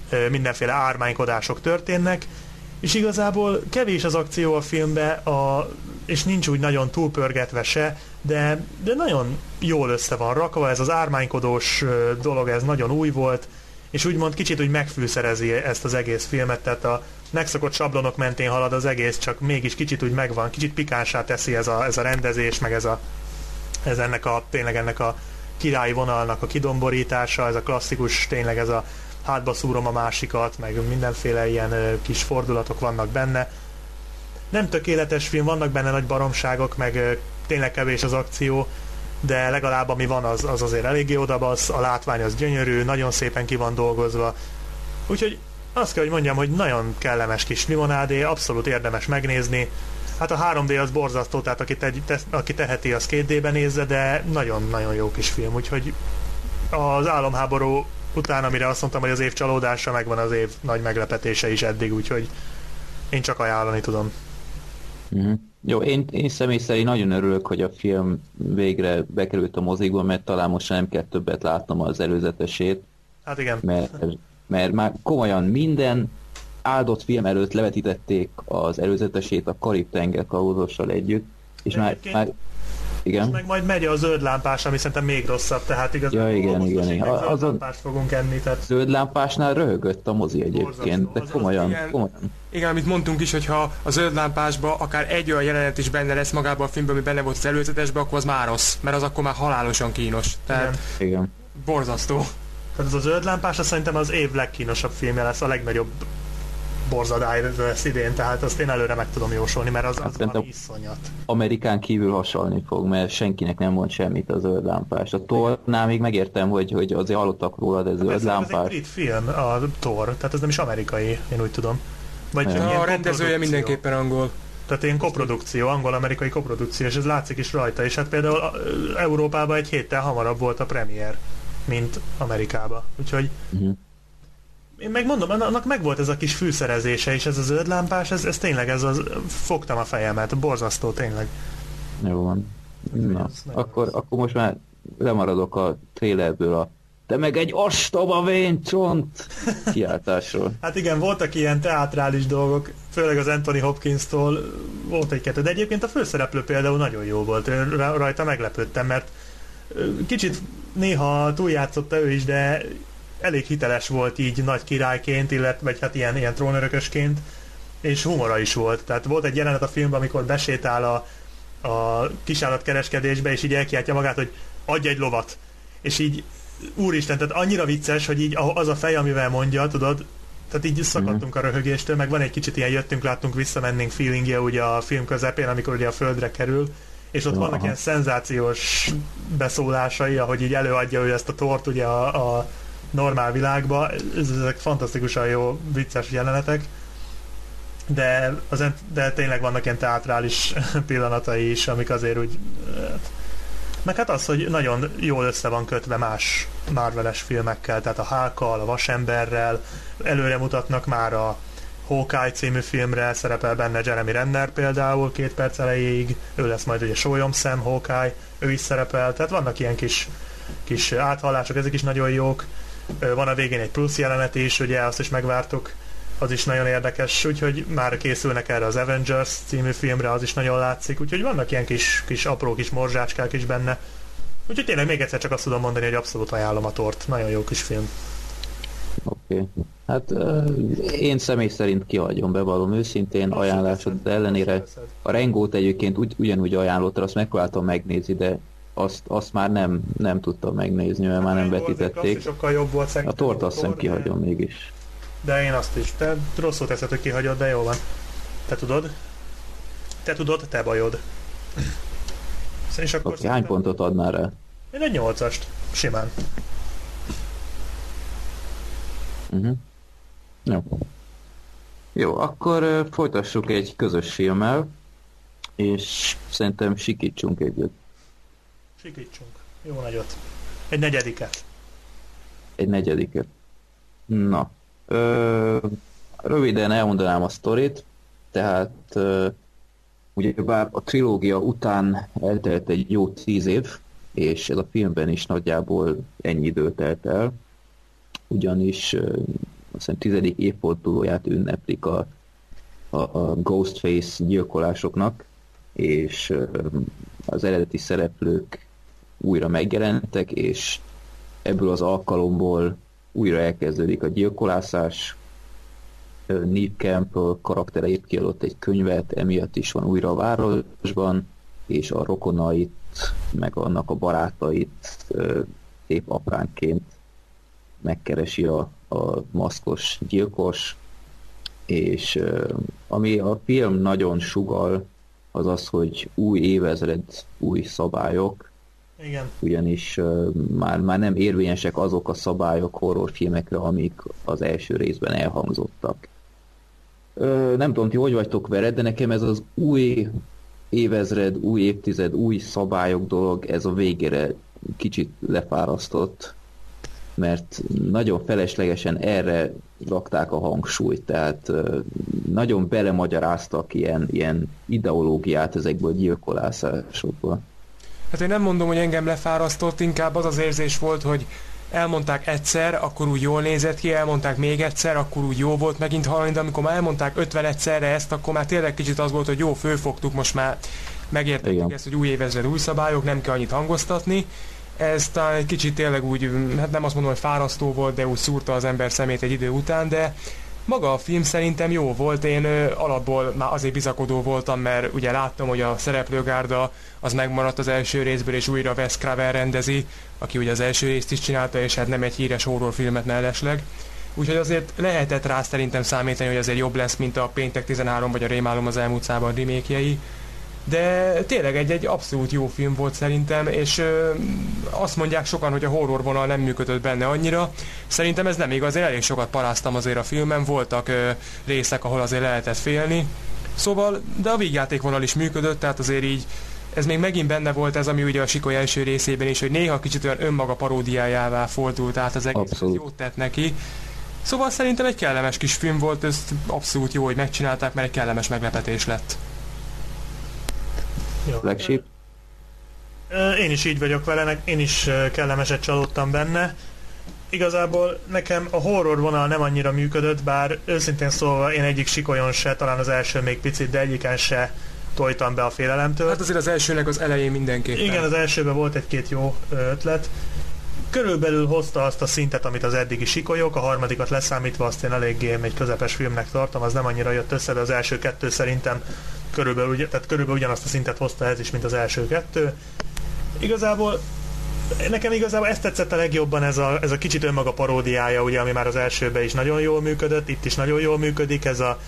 mindenféle ármánykodások történnek, és igazából kevés az akció a filmbe, a, és nincs úgy nagyon túlpörgetve se, de, de nagyon jól össze van rakva, ez az ármánykodós dolog, ez nagyon új volt, és úgymond kicsit úgy megfűszerezi ezt az egész filmet, tehát a megszokott sablonok mentén halad az egész, csak mégis kicsit úgy megvan, kicsit pikánsá teszi ez a, ez a rendezés, meg ez, a, ez ennek a, tényleg ennek a királyi vonalnak a kidomborítása, ez a klasszikus, tényleg ez a hátba szúrom a másikat, meg mindenféle ilyen ö, kis fordulatok vannak benne. Nem tökéletes film, vannak benne nagy baromságok, meg ö, tényleg kevés az akció, de legalább ami van, az, az azért eléggé odabasz, a látvány az gyönyörű, nagyon szépen ki van dolgozva. Úgyhogy azt kell, hogy mondjam, hogy nagyon kellemes kis limonádé, abszolút érdemes megnézni. Hát a három dé az borzasztó, tehát aki, te, te, aki teheti, az két dé-ben nézze, de nagyon-nagyon jó kis film, úgyhogy az álomháború után, amire azt mondtam, hogy az év csalódása, megvan az év nagy meglepetése is eddig, úgyhogy én csak ajánlani tudom. Mm-hmm. Jó, én, én személy szerint nagyon örülök, hogy a film végre bekerült a mozikba, mert talán most nem kell többet látnom az előzetesét. Hát igen. Mert, mert már komolyan minden áldott film előtt levetítették az előzetesét a Karib-tenger kalózossal együtt, és már, már igen. Meg majd megy a zöld lámpás, ami szerintem még rosszabb, tehát igazából ja, igen, igen, igen. A, zöld lámpást fogunk enni. Tehát... Zöld lámpásnál röhögött a mozi egyébként, de komolyan, igen, komolyan. Igen, amit mondtunk is, hogyha a zöld lámpásba akár egy olyan jelenet is benne lesz magában a filmben, ami benne volt az előzetesben, akkor az már rossz, mert az akkor már halálosan kínos. Tehát igen. Igen. Borzasztó. Tehát az a zöld lámpás, azt szerintem az év legkínosabb filmje lesz, a legnagyobb borzadály lesz idén, tehát azt én előre meg tudom jósolni, mert az, az valami iszonyat. Amerikán kívül hasonlni fog, mert senkinek nem mond semmit a zöld lámpás. A Thornál még megértem, hogy, hogy azért hallottak róla, de zöld lámpás. Ez egy brit film, a Thor, tehát ez nem is amerikai, én úgy tudom. Vagy ja, a rendezője mindenképpen angol. Tehát ilyen koprodukció, angol-amerikai koprodukció, és ez látszik is rajta, és hát például Európában egy héttel hamarabb volt a premier, mint Amerikában. Úgyhogy uh-huh. Én megmondom, annak megvolt ez a kis fűszerezése, és ez a zöld lámpás, ez, ez tényleg, ez az, fogtam a fejemet, borzasztó tényleg. Jó van. Na, akkor, akkor most már lemaradok a trailerből a te meg egy ostoba véncsont kiáltásról. Hát igen, voltak ilyen teátrális dolgok, főleg az Anthony Hopkins-tól volt egy-kettő, de egyébként a főszereplő például nagyon jó volt, rajta meglepődtem, mert kicsit néha túljátszotta ő is, de elég hiteles volt így nagy királyként, illetve vagy hát ilyen, ilyen trónörökösként, és humora is volt. Tehát volt egy jelenet a filmben, amikor besétál a, a kisállatkereskedésbe, és így elkiáltja magát, hogy adj egy lovat. És így, úristen, tehát annyira vicces, hogy így az a fej, amivel mondja, tudod, tehát így szakadtunk a röhögéstől, meg van egy kicsit ilyen jöttünk, láttunk, visszamennénk feelingje ugye a film közepén, amikor ugye a földre kerül, és ott vannak ilyen szenzációs beszólásai, ahogy így előadja ő ezt a tort ugye a, a normál világba, ezek fantasztikusan jó, vicces jelenetek, de, az, de tényleg vannak ilyen teátrális pillanatai is, amik azért úgy... Meg hát az, hogy nagyon jól össze van kötve más Marvel-es filmekkel, tehát a Hulkkal, a Vasemberrel, előre mutatnak már a Hawkeye című filmre, szerepel benne Jeremy Renner például két perc elejéig, ő lesz majd ugye Sólyom Sam Hawkeye, ő is szerepel, tehát vannak ilyen kis, kis áthallások, ezek is nagyon jók. Van a végén egy plusz jelenet is, ugye azt is megvártuk, az is nagyon érdekes, úgyhogy már készülnek erre az Avengers című filmre, az is nagyon látszik, úgyhogy vannak ilyen kis, kis apró kis morzsácskák is benne. Úgyhogy tényleg még egyszer csak azt tudom mondani, hogy abszolút ajánlom a Thort, nagyon jó kis film. Oké. Okay. Hát uh, én személy szerint kihagyom, bevallom őszintén, azt ajánlásod ellenére. A Rengót egyébként ugy, ugyanúgy ajánlottam, azt megpróbáltam megnézni, de azt, azt már nem, nem tudtam megnézni, mert hát már nem vetítették. Sokkal jobb volt a Thort azt hiszem kihagyom de... mégis. De én azt is. Te rosszul teszed, hogy kihagyod, de jó van. Te tudod? Te tudod, te bajod. És akkor okay, hány pontot adnál rá? Én egy nyolcast. Simán. Uh-huh. Jó. Jó, akkor uh, folytassuk egy közös filmmel, és szerintem sikítsunk egyet. Sikítsunk. Jó nagyot. Egy negyediket. Egy negyediket. Na. Ö, röviden elmondanám a sztorit, tehát ö, ugye bár a trilógia után eltelt egy jó tíz év, és ez a filmben is nagyjából ennyi idő telt el, ugyanis ö, hiszem tizedik évfordulóját ünneplik a, a, a Ghostface gyilkolásoknak, és az eredeti szereplők újra megjelentek, és ebből az alkalomból újra elkezdődik a gyilkolászás. Neve Campbell karaktere épp kiadott egy könyvet, emiatt is van újra a városban, és a rokonait, meg annak a barátait épp apránként megkeresi a, a maszkos gyilkos, és ami a film nagyon sugall, az az, hogy új évezred, új szabályok. Igen. Ugyanis uh, már, már nem érvényesek azok a szabályok horrorfilmekre, amik az első részben elhangzottak. Uh, nem tudom, ti hogy vagytok vele, de nekem ez az új évezred, új évtized, új szabályok dolog, ez a végére kicsit lefárasztott, mert nagyon feleslegesen erre rakták a hangsúlyt, tehát uh, nagyon belemagyaráztak ilyen, ilyen ideológiát ezekből a gyilkolászásokból. Hát én nem mondom, hogy engem lefárasztott, inkább az az érzés volt, hogy elmondták egyszer, akkor úgy jól nézett ki, elmondták még egyszer, akkor úgy jó volt megint hallani, de amikor már elmondták ötven egyszerre ezt, akkor már tényleg kicsit az volt, hogy jó, fölfogtuk, most már megértettük ezt, hogy új évezred, új szabályok, nem kell annyit hangoztatni. Ez talán egy kicsit tényleg úgy, hát nem azt mondom, hogy fárasztó volt, de úgy szúrta az ember szemét egy idő után, de maga a film szerintem jó volt, én ö, alapból már azért bizakodó voltam, mert ugye láttam, hogy a szereplőgárda az megmaradt az első részből, és újra Wes Craven rendezi, aki ugye az első részt is csinálta, és hát nem egy híres horrorfilmet mellesleg. Úgyhogy azért lehetett rá szerintem számítani, hogy azért jobb lesz, mint a Péntek tizenhárom vagy a Rémálom az elmúlt szában remake-jei. De tényleg egy, egy abszolút jó film volt szerintem, és ö, azt mondják sokan, hogy a horror vonal nem működött benne annyira. Szerintem ez nem igaz, én elég sokat paráztam azért a filmen, voltak ö, részek, ahol azért lehetett félni. Szóval, de a vígjátékvonal is működött, tehát azért így ez még megint benne volt ez, ami ugye a Sikoly első részében is, hogy néha kicsit olyan önmaga paródiájává fordult át az egész, az jót tett neki. Szóval szerintem egy kellemes kis film volt, ez abszolút jó, hogy megcsinálták, mert egy kellemes meglepetés lett. Flagship. Én is így vagyok vele, én is kellemeset csalódtam benne. Igazából nekem a horror vonal nem annyira működött, bár őszintén szólva én egyik sikolyon se, talán az első még picit, de egyiken se tojtam be a félelemtől. Hát azért az elsőnek az elején mindenképpen. Igen, az elsőben volt egy-két jó ötlet. Körülbelül hozta azt a szintet, amit az eddigi sikolyok, a harmadikat leszámítva azt én eléggé egy közepes filmnek tartom, az nem annyira jött össze, de az első kettő szerintem körülbelül, tehát körülbelül ugyanazt a szintet hozta ez is, mint az első kettő. Igazából nekem igazából ezt tetszett a legjobban, ez a, ez a kicsit önmaga paródiája, ugye, ami már az elsőben is nagyon jól működött, itt is nagyon jól működik, ez a,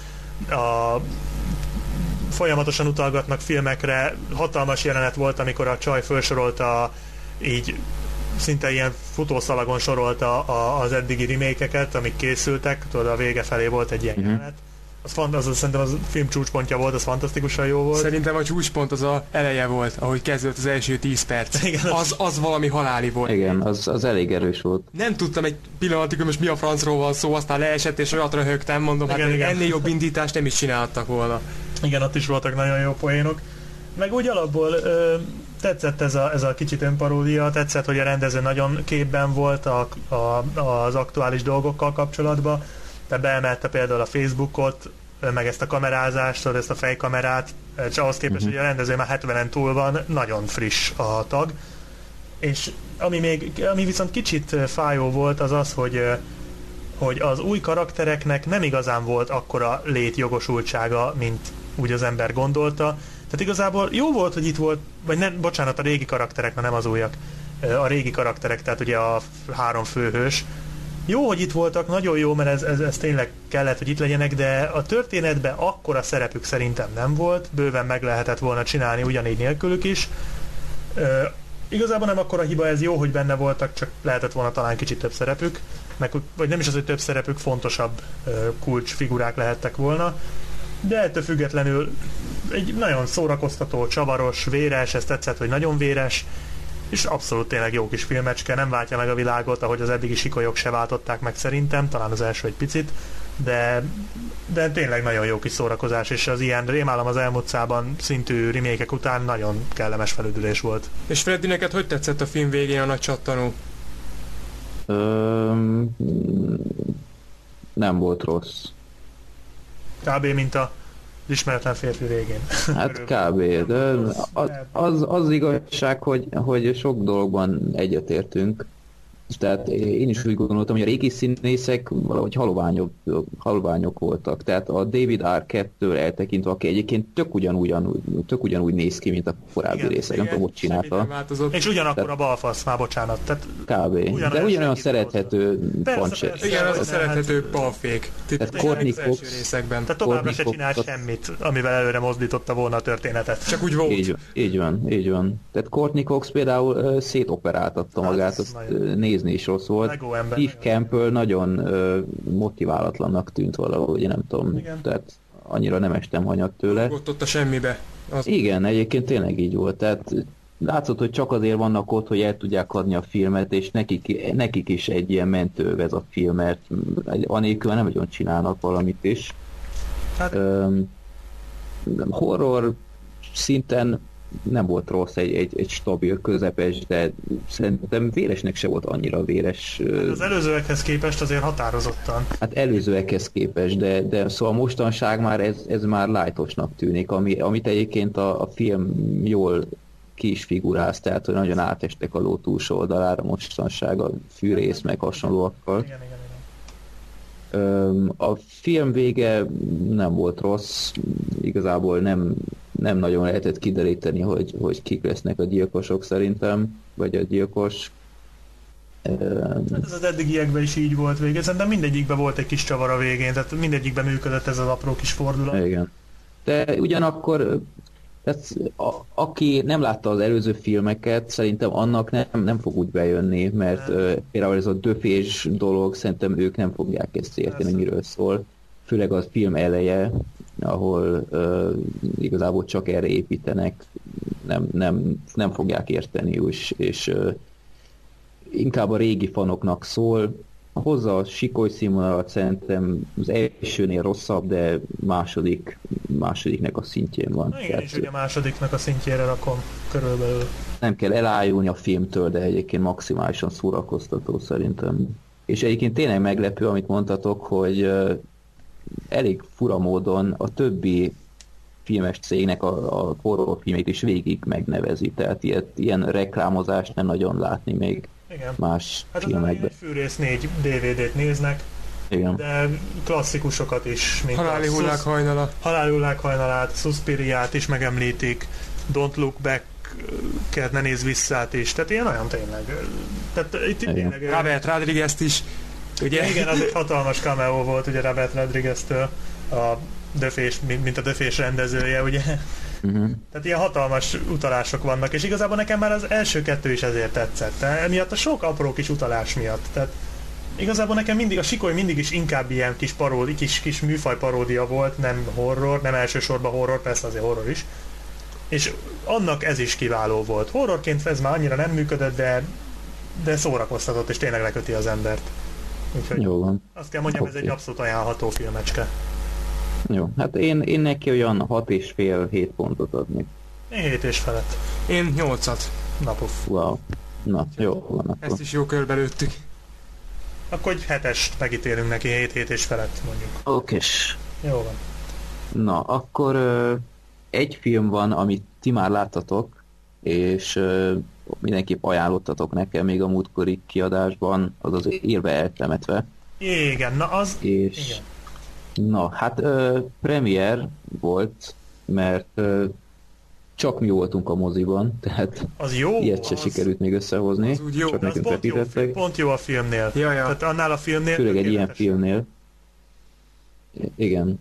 a folyamatosan utalgatnak filmekre, hatalmas jelenet volt, amikor a csaj felsorolta így szinte ilyen futószalagon sorolta a, az eddigi remake-eket, amik készültek, tudod, a vége felé volt egy ilyen uh-huh. jelenet. Az, fant- az, az szerintem az film csúcspontja volt, az fantasztikusan jó volt. Szerintem a csúcspont az a eleje volt, ahogy kezdődött az első tíz perc. Igen, az, az valami haláli volt. Igen, az, az elég erős volt. Nem tudtam egy pillanatig, hogy most mi a francról van szó, aztán leesett és olyat röhögtem, mondom, igen, hát igen. Ennél jobb indítást nem is csináltak volna. Igen, ott is voltak nagyon jó poénok. Meg úgy alapból ö, tetszett ez a, ez a kicsit önparódia, tetszett, hogy a rendező nagyon képben volt a, a, az aktuális dolgokkal kapcsolatban, de beemelte például a Facebookot, meg ezt a kamerázást, ezt a fejkamerát, és ahhoz képest, uh-huh. hogy a rendező már hetvenen túl van, nagyon friss a tag. És ami, még, ami viszont kicsit fájó volt, az az, hogy, hogy az új karaktereknek nem igazán volt akkora létjogosultsága, mint úgy az ember gondolta. Tehát igazából jó volt, hogy itt volt, vagy nem, bocsánat, a régi karakterek, mert nem az újak. A régi karakterek, tehát ugye a három főhős. Jó, hogy itt voltak, nagyon jó, mert ez, ez, ez tényleg kellett, hogy itt legyenek, de a történetben akkora szerepük szerintem nem volt, bőven meg lehetett volna csinálni ugyanígy nélkülük is. Uh, igazából nem akkora hiba, ez jó, hogy benne voltak, csak lehetett volna talán kicsit több szerepük, meg, vagy nem is az, hogy több szerepük, fontosabb uh, kulcsfigurák lehettek volna. De ettől függetlenül egy nagyon szórakoztató, csavaros, véres, ez tetszett, hogy nagyon véres, és abszolút tényleg jó kis filmecske, nem váltja meg a világot, ahogy az eddigi sikolyok se váltották meg szerintem, talán az első egy picit, de, de tényleg nagyon jó kis szórakozás, és az ilyen Rémálom az elmúltszában szintű remékek után nagyon kellemes felüdülés volt. És Freddy, neked hogy tetszett a film végén a nagy csattanó? Um, Nem volt rossz. Kb. Mint a ismeretlen férfi végén. Hát kb. De az, az, az igazság, hogy, hogy sok dologban egyetértünk. Tehát én is úgy gondoltam, hogy a régi színészek valahogy haloványok, haloványok voltak. Tehát a David Arquette-től eltekintve, aki egyébként tök ugyanúgy, tök ugyanúgy néz ki, mint a korábbi igen, részek. Nem tudom, hogy csinálta. És ugyanakkor tehát, a balfasz, már bocsánat. Tehát kb. De ugyanolyan szerethető pancset. Igen, az a szerethető balfék. Tehát Courtney Cox. Tehát továbbra se csinált semmit, amivel előre mozdította volna a történetet. Csak úgy volt. Így, így van, így van. Tehát Courtney Cox például uh, szétoperáltatta hát magát, azt uh, nézni is rossz volt. Steve Campbell nagyon uh, motiválatlannak tűnt valahogy, nem tudom. Igen. Tehát annyira nem estem hanyag tőle. Ott ott a semmibe. Az... Igen, egyébként tényleg így volt. Tehát látszott, hogy csak azért vannak ott, hogy el tudják adni a filmet, és nekik, nekik is egy ilyen mentő ez a film, mert anélkül nem nagyon csinálnak valamit is. Hát... Um, horror szinten nem volt rossz, egy, egy, egy stabil, közepes, de szerintem véresnek se volt annyira véres. Hát az előzőekhez képest azért határozottan. Hát előzőekhez képest, de, de szóval mostanság már ez, ez már lightosnak tűnik, ami, amit egyébként a, a film jól ki is figuráz, tehát hogy nagyon átestek a ló túlsó oldalára mostanság a fűrész meg hasonlóakkal. Igen, igen. A film vége nem volt rossz, igazából nem, nem nagyon lehetett kideríteni, hogy, hogy kik lesznek a gyilkosok szerintem, vagy a gyilkos. Hát ez az eddigiekben is így volt végén, szerintem mindegyikben volt egy kis csavar a végén, tehát mindegyikben működött ez az apró kis fordulat. Igen. De ugyanakkor tehát, a, aki nem látta az előző filmeket, szerintem annak nem, nem fog úgy bejönni, mert uh, például ez a döfés dolog, szerintem ők nem fogják ezt érteni, hogy miről szól. Főleg a film eleje, ahol uh, igazából csak erre építenek, nem, nem, nem fogják érteni, és, és uh, inkább a régi fanoknak szól. Hozza a sikoly színvonalat, szerintem az elsőnél rosszabb, de második, másodiknek a szintjén van. Na igen, és ugye a másodiknak a szintjére rakom körülbelül. Nem kell elájulni a filmtől, de egyébként maximálisan szórakoztató szerintem. És egyébként tényleg meglepő, amit mondtatok, hogy uh, elég fura módon a többi filmes cégnek a, a horrorfilmét is végig megnevezi, tehát ilyet, ilyen reklámozást nem nagyon látni még. Igen. Más hát filmekben. Hát Fűrész négy dé vé dét néznek, igen. De klasszikusokat is. Haláli hullák hajnala. Haláli hullák hajnalát, Suspiriát is megemlítik, Don't Look Back-et ne nézz visszát is, tehát ilyen olyan tényleg. Tehát itt tényleg... Robert Rodriguez-t is, ugye? Igen, az egy hatalmas cameo volt ugye Robert Rodriguez-től, a döfés, mint a döfés rendezője, ugye? Uh-huh. Tehát ilyen hatalmas utalások vannak, és igazából nekem már az első kettő is ezért tetszett. Emiatt a sok apró kis utalás miatt. Tehát igazából nekem mindig, a sikoly mindig is inkább ilyen kis paródi, kis, kis műfaj paródia volt, nem horror, nem elsősorban horror, persze azért horror is. És annak ez is kiváló volt. Horrorként ez már annyira nem működött, de, de szórakoztatott, és tényleg leköti az embert. Úgyhogy jó van. Azt kell mondjam, okay. Ez egy abszolút ajánlható filmecske. Jó, hát én, én neki olyan hat és fél hét pontot adnék. Én hét és felett. Én nyolcat. Na puf. Wow. Na, jó van akkor. Ezt is jó körbe lőttük. Akkor egy hetest megítélünk neki, hét hét és felett mondjuk. Okés. Jó van. Na, akkor ö, egy film van, amit ti már láttatok, és ö, mindenképp ajánlottatok nekem még a múltkori kiadásban, az az Élve eltemetve. Igen, na az... És... Igen. Na, hát ö, premier volt, mert ö, csak mi voltunk a moziban, tehát az jó, ilyet se az, sikerült még összehozni, az úgy jó, csak nekünk pont jó, pont jó a filmnél. Ja, ja. Tehát annál a filmnél... Főleg egy ilyen filmnél. Igen.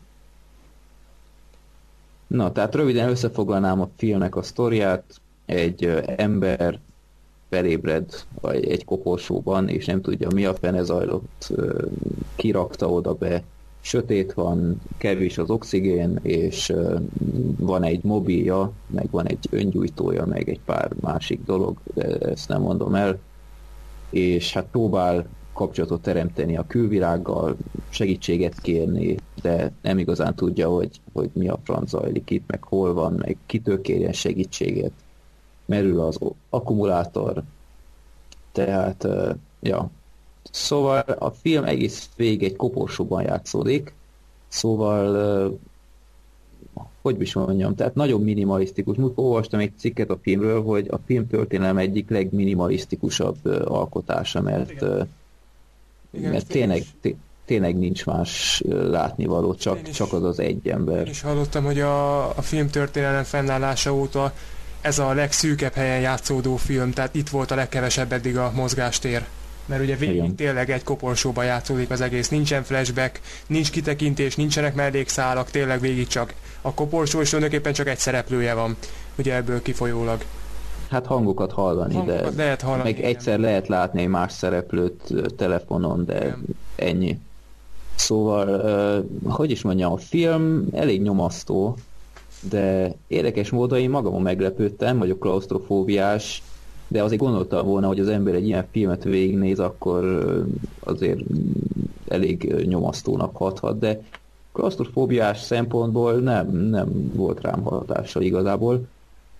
Na, tehát röviden összefoglalnám a filmnek a sztoriát. Egy ö, ember felébred egy koporsóban, és nem tudja, mi a fene zajlott, ö, kirakta oda be, sötét van, kevés az oxigén, és uh, van egy mobilja, meg van egy öngyújtója, meg egy pár másik dolog, de ezt nem mondom el, és hát próbál kapcsolatot teremteni a külvilággal, segítséget kérni, de nem igazán tudja, hogy, hogy mi a franc zajlik itt, meg hol van, meg kitől kérjen segítséget. Merül az akkumulátor, tehát uh, ja, Szóval a film egész végig egy koporsóban játszódik, szóval hogy is mondjam, tehát nagyon minimalisztikus. Múlt olvastam egy cikket a filmről, hogy a film történelem egyik legminimalisztikusabb alkotása, mert, Igen, mert tényleg, tényleg nincs más látnivaló, csak, csak az az egy ember. Én is hallottam, hogy a, a film történelem fennállása óta ez a legszűkebb helyen játszódó film, tehát itt volt a legkevesebb eddig a mozgástér. Mert ugye végig igen. Tényleg egy koporsóban játszódik az egész, nincsen flashback, nincs kitekintés, nincsenek mellékszálak, tényleg végig csak a koporsó, és tulajdonképpen csak egy szereplője van, ugye ebből kifolyólag. Hát hangokat hallani, hangokat de lehet hallani, meg igen. Egyszer lehet látni más szereplőt telefonon, de igen. Ennyi. Szóval, uh, hogy is mondjam, a film elég nyomasztó, de érdekes módon én magamon meglepődtem, vagyok klausztrofóbiás, de azért gondoltam volna, hogy az ember egy ilyen filmet végignéz, akkor azért elég nyomasztónak hathat, de klausztrofóbiás szempontból nem, nem volt rám hatással igazából.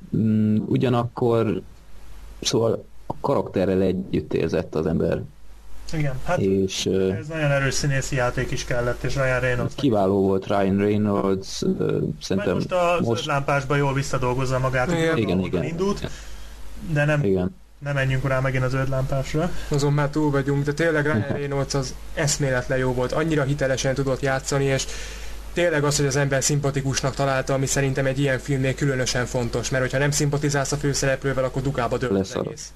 Ugyanakkor szóval a karakterrel együtt érzett az ember. Igen, hát és, ez nagyon erős színészi játék is kellett, és Ryan Reynolds. Kiváló volt Ryan Reynolds, szerintem most a most... lámpásban jól visszadolgozza magát, igen, igen, igen, indult, de nem, igen. nem menjünk rá megint az zöld lámpásra. Azon már túl vagyunk, de tényleg Ryan Reynolds az eszméletlen jó volt, annyira hitelesen tudott játszani, és tényleg az, hogy az ember szimpatikusnak találta, ami szerintem egy ilyen filmnél különösen fontos, mert hogyha nem szimpatizálsz a főszereplővel, akkor dukába dől az egész.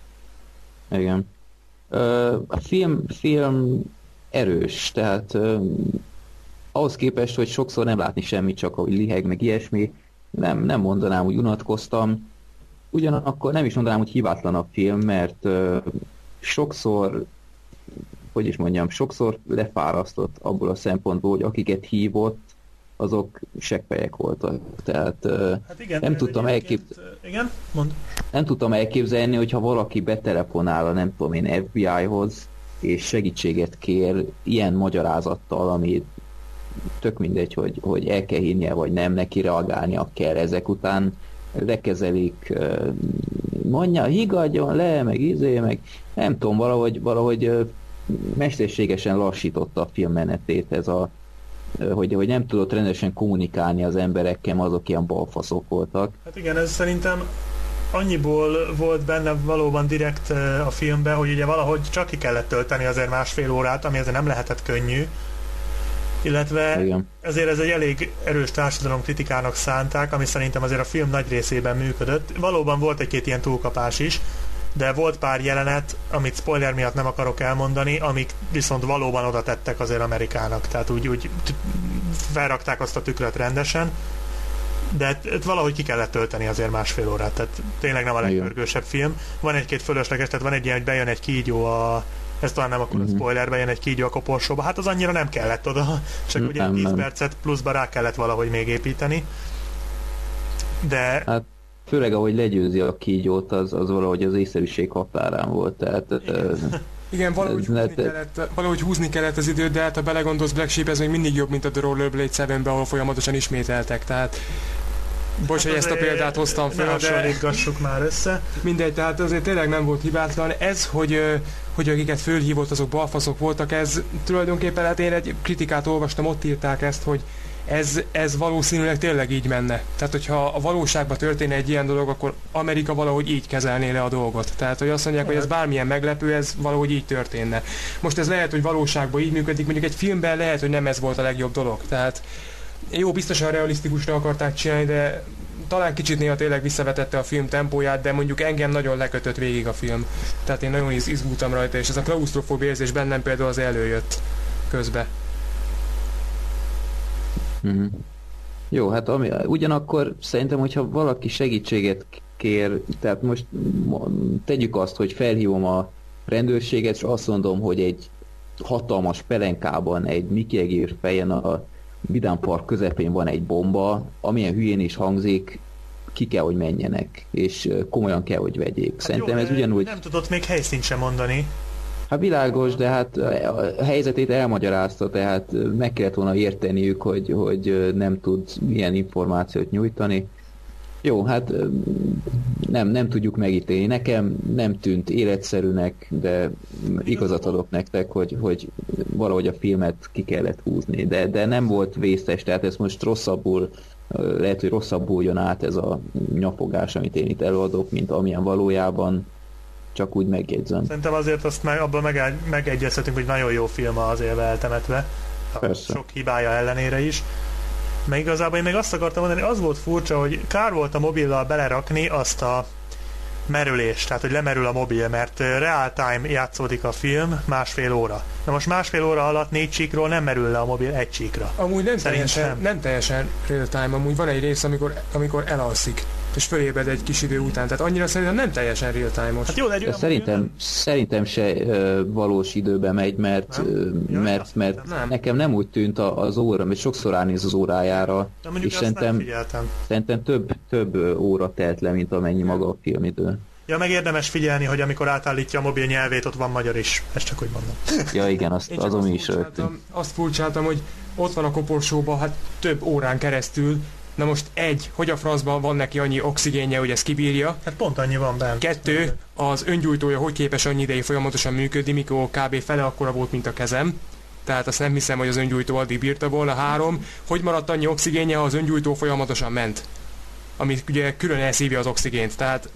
Igen. A film, film erős, tehát uh, ahhoz képest, hogy sokszor nem látni semmit, csak ahogy liheg, meg ilyesmi, nem, nem mondanám, hogy unatkoztam. Ugyanakkor nem is mondanám, hogy hibátlan a film, mert uh, sokszor, hogy is mondjam, sokszor lefárasztott abból a szempontból, hogy akiket hívott, azok seggfejek voltak. Tehát uh, hát igen, nem tudtam elképzelni. Igen? Mond. Nem tudtam elképzelni, hogyha valaki betelefonál a nem tudom én ef bé i-hoz, és segítséget kér ilyen magyarázattal, ami tök mindegy, hogy, hogy el kell hinnie, vagy nem, neki reagálnia kell. Ezek után lekezelik, mondja, higgadjon le, meg izé, meg nem tudom, valahogy, valahogy mesterségesen lassította a film menetét ez a Hogy, hogy nem tudott rendesen kommunikálni az emberekkel, azok ilyen balfaszok voltak. Hát igen, ez szerintem annyiból volt benne valóban direkt a filmben, hogy ugye valahogy csak ki kellett tölteni azért másfél órát, ami azért nem lehetett könnyű. Illetve igen. Ezért ez egy elég erős társadalomkritikának szánták, ami szerintem azért a film nagy részében működött. Valóban volt egy-két ilyen túlkapás is, de volt pár jelenet, amit spoiler miatt nem akarok elmondani, amik viszont valóban oda tettek azért Amerikának, tehát úgy, úgy felrakták azt a tükröt rendesen, de valahogy ki kellett tölteni azért másfél órát, tehát tényleg nem a legpörgősebb film. Van egy-két fölösleges, tehát van egy ilyen, hogy bejön egy kígyó a ez talán nem akkor a spoiler, bejön egy kígyó a koporsóba, hát az annyira nem kellett oda, csak ugye nem, tíz nem. percet pluszba rá kellett valahogy még építeni. De... Hát főleg ahogy legyőzi a kígyót, az, az valahogy az észszerűség határán volt, tehát... Igen, Igen valahogy, húzni ne... kellett, valahogy húzni kellett az időt, de hát ha belegondolsz, Black Sheep ez még mindig jobb, mint a The Rollerblade hétben, ahol folyamatosan ismételtek, tehát... Bocs, hát hogy ezt a példát hoztam fel, de... már össze. Mindegy, tehát azért tényleg nem volt hibátlan. Ez, hogy, hogy akiket fölhívott, azok balfaszok voltak, ez tulajdonképpen, hát én egy kritikát olvastam, ott írták ezt, hogy ez, ez valószínűleg tényleg így menne. Tehát, hogyha a valóságban történne egy ilyen dolog, akkor Amerika valahogy így kezelné le a dolgot. Tehát, hogy azt mondják, hogy ez bármilyen meglepő, ez valahogy így történne. Most ez lehet, hogy valóságban így működik, mondjuk egy filmben lehet, hogy nem ez volt a legjobb dolog. Tehát jó, biztosan realisztikusra akarták csinálni, de talán kicsit néha tényleg visszavetette a film tempóját, de mondjuk engem nagyon lekötött végig a film. Tehát én nagyon izgultam rajta, és ez a klausztrofób érzés bennem például az előjött közbe. Mm-hmm. Jó, hát ami, ugyanakkor szerintem, hogyha valaki segítséget kér, tehát most tegyük azt, hogy felhívom a rendőrséget, és azt mondom, hogy egy hatalmas pelenkában, egy Mickey Egér fejen a Vidám Park közepén van egy bomba, amilyen hülyén is hangzik, ki kell, hogy menjenek, és komolyan kell, hogy vegyék. Hát szerintem jó, ez ugyanúgy... Nem tudott még helyszínt sem mondani. Hát világos, de hát a helyzetét elmagyarázta, tehát meg kellett volna érteniük, hogy, hogy nem tud milyen információt nyújtani. Jó, hát nem, nem tudjuk megítélni. Nekem nem tűnt életszerűnek, de igazat adok nektek, hogy, hogy valahogy a filmet ki kellett húzni. De, de nem volt vészes, tehát ez most rosszabbul, lehet, hogy rosszabbul jön át ez a nyafogás, amit én itt előadok, mint amilyen valójában, csak úgy megjegyzem. Szerintem azért azt meg, abban meg, megegyezhetünk, hogy nagyon jó film az Élve eltemetve. Persze. Sok hibája ellenére is. Meg igazából én még azt akartam mondani, az volt furcsa, hogy kár volt a mobillal belerakni azt a merülést, tehát hogy lemerül a mobil, mert real time játszódik a film másfél óra. Na most másfél óra alatt négy csíkról nem merül le a mobil egy csíkra. Amúgy nem teljesen, nem teljesen real time, amúgy van egy rész, amikor, amikor elalszik, és fölébred egy kis idő után, tehát annyira szerintem nem teljesen real time-os. Hát jó, de szerintem, nem? szerintem se uh, valós időben megy, mert, uh, ja, mert, mert nem. nekem nem úgy tűnt az óra, mert sokszor ránéz az órájára, és szerintem, szerintem több, több óra telt le, mint amennyi maga a filmidő. Ja, meg érdemes figyelni, hogy amikor átállítja a mobil nyelvét, ott van magyar is. Ezt csak úgy mondom. Ja, igen, azt, azon mi is rögtünk. Azt furcsáltam, hogy ott van a koporsóban, hát több órán keresztül. Na most egy, hogy a francban van neki annyi oxigénje, hogy ezt kibírja. Hát pont annyi van bent. Kettő, az öngyújtója hogy képes annyi ideig folyamatosan működni, mikor kb. Fele akkora volt, mint a kezem. Tehát azt nem hiszem, hogy az öngyújtó addig bírta volna. Három, hogy maradt annyi oxigénje, ha az öngyújtó folyamatosan ment. Ami ugye külön elszívja az oxigént. Tehát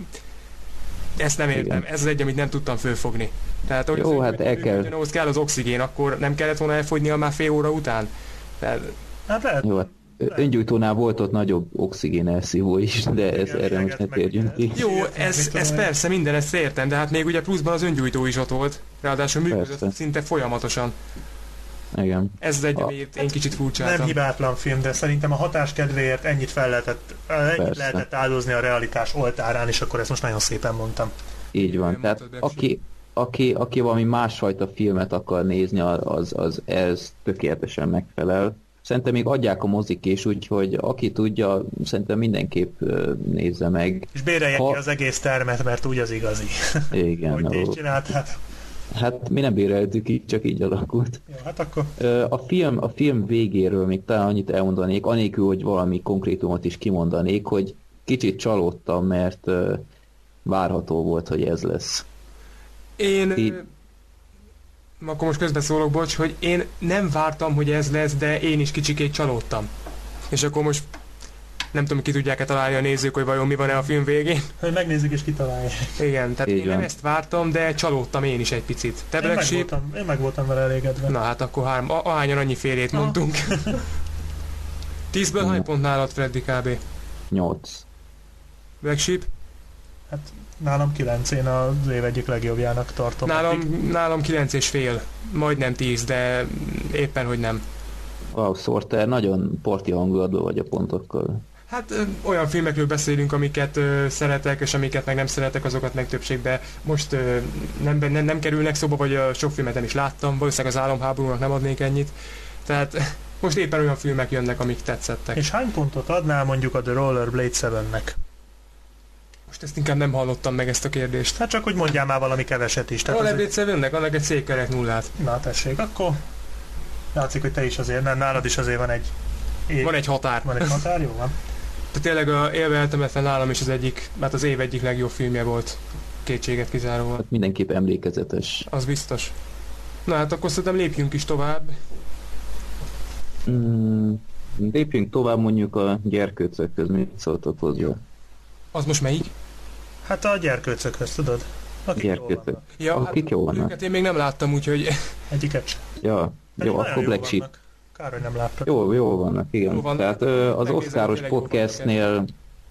ezt nem értem. Igen. Ez az egy, amit nem tudtam fölfogni. Tehát hogy jó, az hát el kell. Ahhoz kell az oxigén, akkor nem kellett volna elfogynia már fél óra után? Tehát... Hát lehet. Jó, hát öngyújtónál volt ott nagyobb oxigén elszívó is, de ez, erre most ne térjünk ki. Jó, ez, ez persze minden, ezt értem, de hát még ugye pluszban az öngyújtó is ott volt, ráadásul működött szinte folyamatosan. Igen. Ez az egy, a... amit én kicsit furcsáltam. Nem hibátlan film, de szerintem a hatás kedvéért ennyit fel lehetett, ennyit lehetett áldozni a realitás oltárán, és akkor ezt most nagyon szépen mondtam. Így van, tehát aki, aki, aki valami másfajta filmet akar nézni, az, az ez tökéletesen megfelel. Szerintem még adják a mozik is, úgyhogy aki tudja, szerintem mindenképp nézze meg. És bérelje ha... ki az egész termet, mert úgy az igazi. Igen. Hogy ti is csináltad? Hát mi nem béreltük így, csak így alakult. Jó, hát akkor... A film, a film végéről még talán annyit elmondanék, anélkül, hogy valami konkrétumot is kimondanék, hogy kicsit csalódtam, mert várható volt, hogy ez lesz. Én... Így... Akkor most közbeszólok, bocs, hogy én nem vártam, hogy ez lesz, de én is kicsikét csalódtam. És akkor most nem tudom, ki tudják-e találni a nézők, hogy vajon mi van-e a film végén. Hogy megnézzük és kitalálják. Igen, tehát így én van. Nem ezt vártam, de csalódtam én is egy picit. Te én, meg voltam, én meg voltam vele elégedve. Na hát akkor három, ahányan annyi félét no. mondtunk. Tízből hány pont nálad, Freddy kb? Nyolc. Black Sheep? Hát nálam kilenc, én az év egyik legjobbjának tartom. Nálam, nálam kilenc és fél, majdnem tíz, de éppen, hogy nem. Wow, Sorter, nagyon parti hangulatban vagy a pontokkal. Hát ö, olyan filmekről beszélünk, amiket ö, szeretek, és amiket meg nem szeretek, azokat meg többségben most ö, nem, nem, nem kerülnek szóba, vagy ö, sok filmet nem is láttam, valószínűleg az álomháborúnak nem adnék ennyit. Tehát most éppen olyan filmek jönnek, amik tetszettek. És hány pontot adnál mondjuk a The Rollerblade hetenek? Most ezt inkább nem hallottam meg, ezt a kérdést. Hát csak hogy mondjál már valami keveset is. A Rollerblade hetenek, annak egy szép kerek nullát. Na tessék, akkor látszik, hogy te is azért, nem, nálad is azért van egy év. Van egy határ. Van egy határ, jó van. Tehát tényleg a Élve eltemetve nálam is az egyik, mert az év egyik legjobb filmje volt. Kétséget kizáróval. Hát mindenképp emlékezetes. Az biztos. Na hát akkor szerintem lépjünk is tovább. Mm, lépjünk tovább mondjuk a gyerkőcökhöz, mit szóltok hozzá? Az most melyik? Hát a gyerkőcökhöz, tudod? Akik Gyerkőcök. jó vannak. Ja, akik hát, jó vannak. Őket én még nem láttam, úgyhogy... Egyiket sem. Ja, jó, akkor Black Sheep. Kár, hogy nem láttam. Jó, jó vannak, igen. Jó vannak. Tehát ö, az Oscaros podcastnél...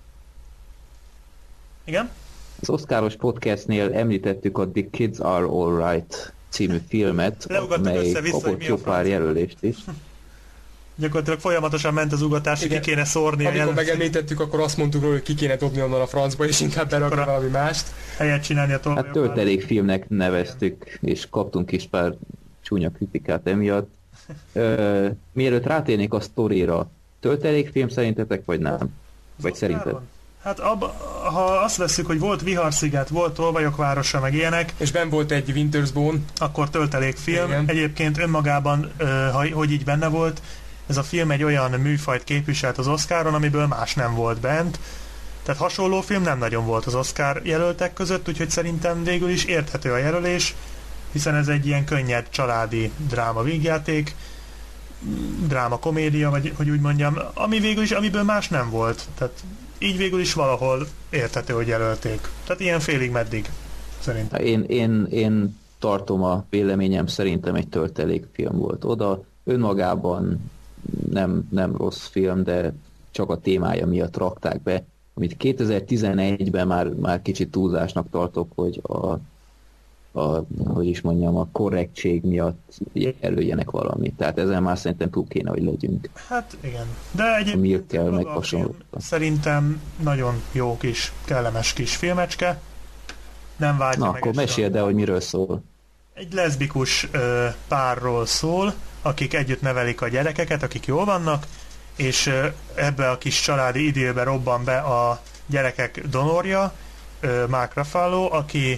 Igen? Az Oscaros podcastnél említettük a The Kids Are Alright című filmet, amely kapott jó pár jelölést is. Gyakorlatilag folyamatosan ment az ugatás, hogy ki kéne szórni. Amikor jelen... megemlítettük, akkor azt mondtuk, hogy ki kéne dobni onnan a francba, és inkább berakni a... valami mást. Helyet csinálni a tolvajokkal. Hát töltelékfilmnek neveztük, és kaptunk is pár csúnya kritikát emiatt. Ö, mielőtt rátérnék a sztorira, töltelékfilm szerintetek, vagy nem? Vagy szerinted? Hát abba, ha azt vesszük, hogy volt Viharsziget, volt Tolvajok városa, meg ilyenek. És benn volt egy Winter's Bone. Akkor töltelékfilm. Igen. Egyébként önmagában, ö, ha, hogy így benne volt, ez a film egy olyan műfajt képviselt az Oscaron, amiből más nem volt bent. Tehát hasonló film nem nagyon volt az Oscar jelöltek között, úgyhogy szerintem végül is érthető a jelölés, hiszen ez egy ilyen könnyed családi dráma vígjáték, dráma komédia, vagy hogy úgy mondjam, ami végül is, amiből más nem volt. Tehát így végül is valahol érthető, hogy jelölték. Tehát ilyen félig meddig, szerintem. Én, én, én tartom a véleményem, szerintem egy töltelékfilm volt oda. Önmagában nem, nem rossz film, de csak a témája miatt rakták be, amit kétezer-tizenegyben már, már kicsit túlzásnak tartok, hogy a, a, hogy is mondjam, a korrektség miatt jelöljenek valamit. Tehát ezen már szerintem túl kéne, hogy legyünk. Hát igen. De egyébként meg szerintem nagyon jó kis, kellemes kis filmecske. Nem vágyja Na, meg akkor meséld el, hogy miről szól. Egy leszbikus ö, párról szól, akik együtt nevelik a gyerekeket, akik jól vannak, és ö, ebbe a kis családi időbe robban be a gyerekek donorja, ö, Mark Ruffalo, aki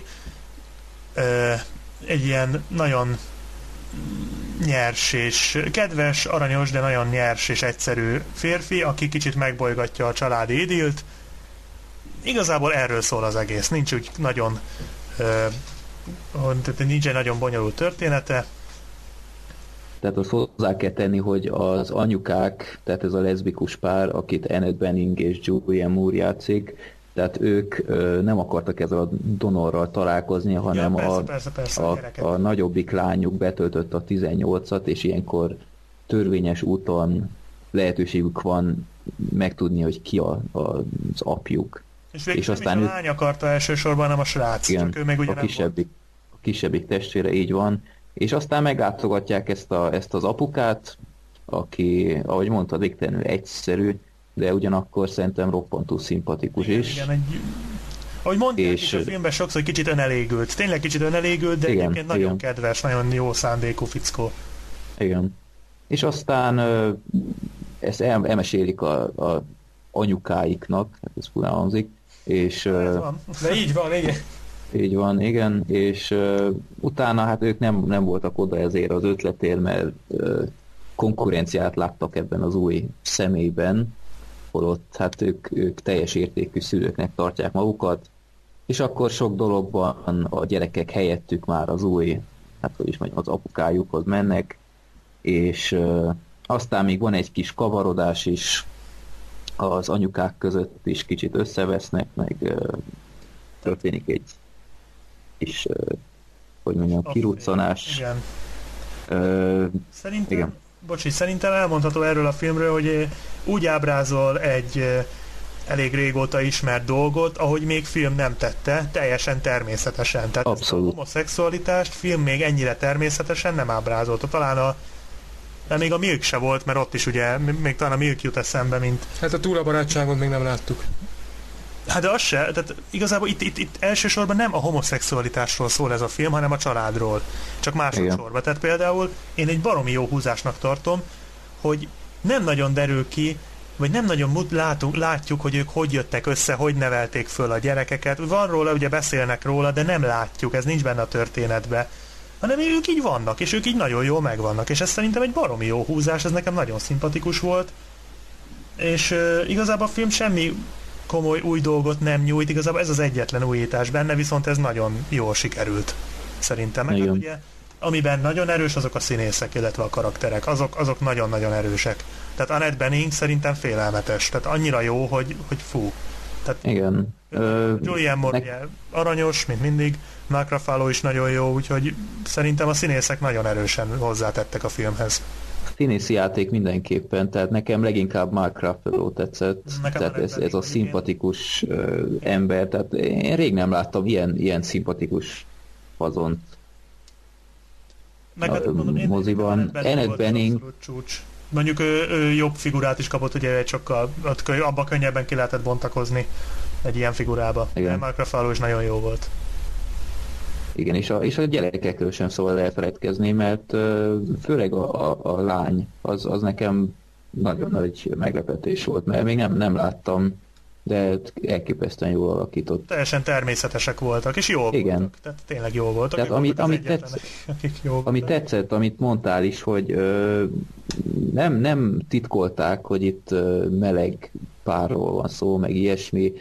ö, egy ilyen nagyon nyers és kedves, aranyos, de nagyon nyers és egyszerű férfi, aki kicsit megbolygatja a családi idilt. Igazából erről szól az egész. Nincs úgy nagyon ö, nincs egy nagyon bonyolult története. Tehát azt hozzá kell tenni, hogy az anyukák, tehát ez a leszbikus pár, akit Annette Bening és Julianne Moore játszik, tehát ők ö, nem akartak ezzel a donorral találkozni, hanem ja, persze, a, persze, persze, a, a, a nagyobbik lányuk betöltött a tizennyolcat, és ilyenkor törvényes úton lehetőségük van megtudni, hogy ki a, a, az apjuk. És végül és nem aztán is a lány akarta elsősorban, hanem a srác. Igen, csak ő meg ugye a kisebbik, a kisebbik testvére, így van. És aztán meglátogatják ezt, a, ezt az apukát, aki, ahogy mondtad, végtelenül egyszerű, de ugyanakkor szerintem roppantú szimpatikus igen, is. Igen, egy, ahogy mondják és, is a filmben sokszor, hogy kicsit önelégült. Tényleg kicsit önelégült, de igen, egyébként nagyon igen. kedves, nagyon jó szándékú fickó. Igen. És aztán ezt el, elmesélik a, a anyukáiknak, ez furán hangzik, és... Ez van. De így van, igen. Így van, igen, és uh, utána hát ők nem, nem voltak oda ezért az ötletért, mert uh, konkurenciát láttak ebben az új személyben, holott hát ők, ők teljes értékű szülőknek tartják magukat, és akkor sok dologban a gyerekek helyettük már az új, hát hogy is mondjam, az apukájukhoz mennek, és uh, aztán még van egy kis kavarodás is, az anyukák között is kicsit összevesznek, meg uh, történik egy és uh, hogy mondjam, kiruccanás. Igen. Uh, szerintem, igen. Bocsi, szerintem elmondható erről a filmről, hogy úgy ábrázol egy elég régóta ismert dolgot, ahogy még film nem tette, teljesen természetesen. Tehát abszolút. A homoszexualitást film még ennyire természetesen nem ábrázolta. Talán a de még a Milk se volt, mert ott is ugye, még talán a Milk jut eszembe, mint... Hát a túlabarátságot még nem láttuk. Hát de az se, tehát igazából itt, itt, itt elsősorban nem a homoszexualitásról szól ez a film, hanem a családról. Csak másodszorban. Tehát például én egy baromi jó húzásnak tartom, hogy nem nagyon derül ki, vagy nem nagyon látunk, látjuk, hogy ők hogy jöttek össze, hogy nevelték föl a gyerekeket. Van róla, ugye beszélnek róla, de nem látjuk, ez nincs benne a történetbe. Hanem ők így vannak, és ők így nagyon jól megvannak. És ez szerintem egy baromi jó húzás, ez nekem nagyon szimpatikus volt. És uh, igazából a film semmi komoly új dolgot nem nyújt, igazából ez az egyetlen újítás benne, viszont ez nagyon jól sikerült. Szerintem. Meg hát ugye, amiben nagyon erős, azok a színészek, illetve a karakterek, azok, azok nagyon-nagyon erősek. Tehát Annette Bening szerintem félelmetes. Tehát annyira jó, hogy, hogy fú. Tehát igen. Julianne Moore nek... aranyos, mint mindig, Mark Ruffalo is nagyon jó, úgyhogy szerintem a színészek nagyon erősen hozzátettek a filmhez. Színészi játék mindenképpen, tehát nekem leginkább Mark Ruffalo tetszett, nekem tehát ez, ez a szimpatikus uh, ember, tehát én rég nem láttam ilyen, ilyen szimpatikus fazont meg, hát, mondom, én moziban. Annette Bening mondjuk ő, ő jobb figurát is kapott, ugye egy sokkal, abba könnyebben ki lehetett bontakozni egy ilyen figurába. Igen. Mark Ruffalo is nagyon jó volt. Igen, és a, és a gyerekekről sem szabad elfeledkezni, mert uh, főleg a, a, a lány, az, az nekem nagyon nagy meglepetés volt, mert még nem, nem láttam, de elképesztően jól alakított. Teljesen természetesek voltak, és jól igen. voltak. Tehát tényleg jól voltak. Tehát amit, amit, tetsz, amit tetszett, amit mondtál is, hogy ö, nem, nem titkolták, hogy itt ö, meleg párról van szó, meg ilyesmi,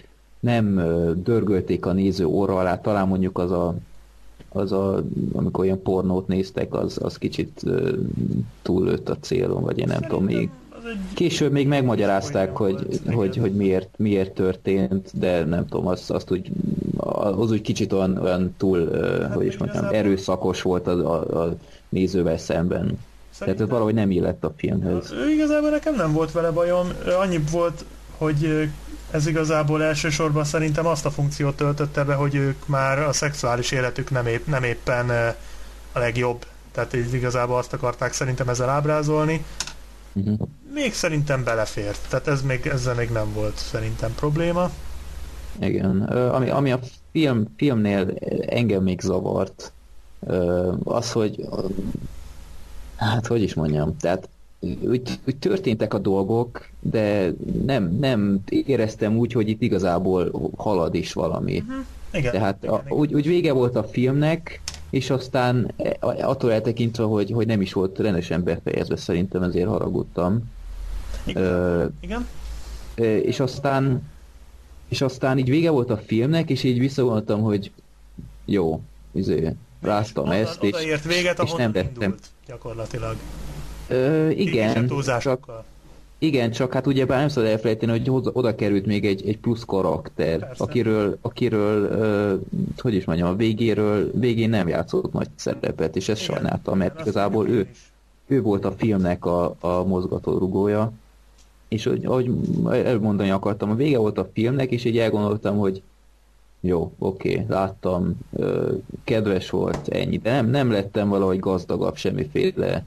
nem dörgölték a néző orra alá, talán mondjuk az a, az a amikor ilyen pornót néztek, az, az kicsit uh, túllőtt a célon, vagy én nem Szerintem tudom, még később még megmagyarázták, hogy, volt, hogy, hogy miért, miért történt, de nem tudom, azt, azt úgy, az úgy kicsit olyan, olyan túl, hát hogy is mondjam, erőszakos volt a, a, a nézővel szemben. Szerintem... Tehát valahogy nem illett a filmhez. Igazából nekem nem volt vele bajom, annyi volt, hogy ez igazából elsősorban szerintem azt a funkciót töltötte be, hogy ők már a szexuális életük nem, épp, nem éppen a legjobb. Tehát így igazából azt akarták szerintem ezzel ábrázolni. Uh-huh. Még szerintem belefért. Tehát ez még, ezzel még nem volt szerintem probléma. Igen. Ami, ami a film, filmnél engem még zavart, az, hogy hát hogy is mondjam, tehát úgy, úgy történtek a dolgok, de nem, nem éreztem úgy, hogy itt igazából halad is valami. Uh-huh. Igen, Tehát igen, a, igen. Úgy, úgy vége volt a filmnek, és aztán attól eltekintve, hogy, hogy nem is volt rendesen befejezve, szerintem ezért haragudtam. Igen. Uh, igen. Uh, és aztán és aztán így vége volt a filmnek, és így visszagondoltam, hogy jó, izé, ráztam oda, ezt, és, odaért véget, és nem vettem. Indult, gyakorlatilag. Uh, igen, csak, igen, csak hát ugyebár nem szabad elfelejteni, hogy oda, oda került még egy, egy plusz karakter, Persze. akiről, akiről uh, hogy is mondjam, a végéről, végén nem játszott nagy szerepet, és ezt igen, sajnáltam, mert igen, igazából ő, ő volt a filmnek a, a mozgatórugója, és ahogy elmondani akartam, a vége volt a filmnek, és így elgondoltam, hogy jó, oké, okay, láttam, uh, kedves volt, ennyi, de nem, nem lettem valahogy gazdagabb, semmiféle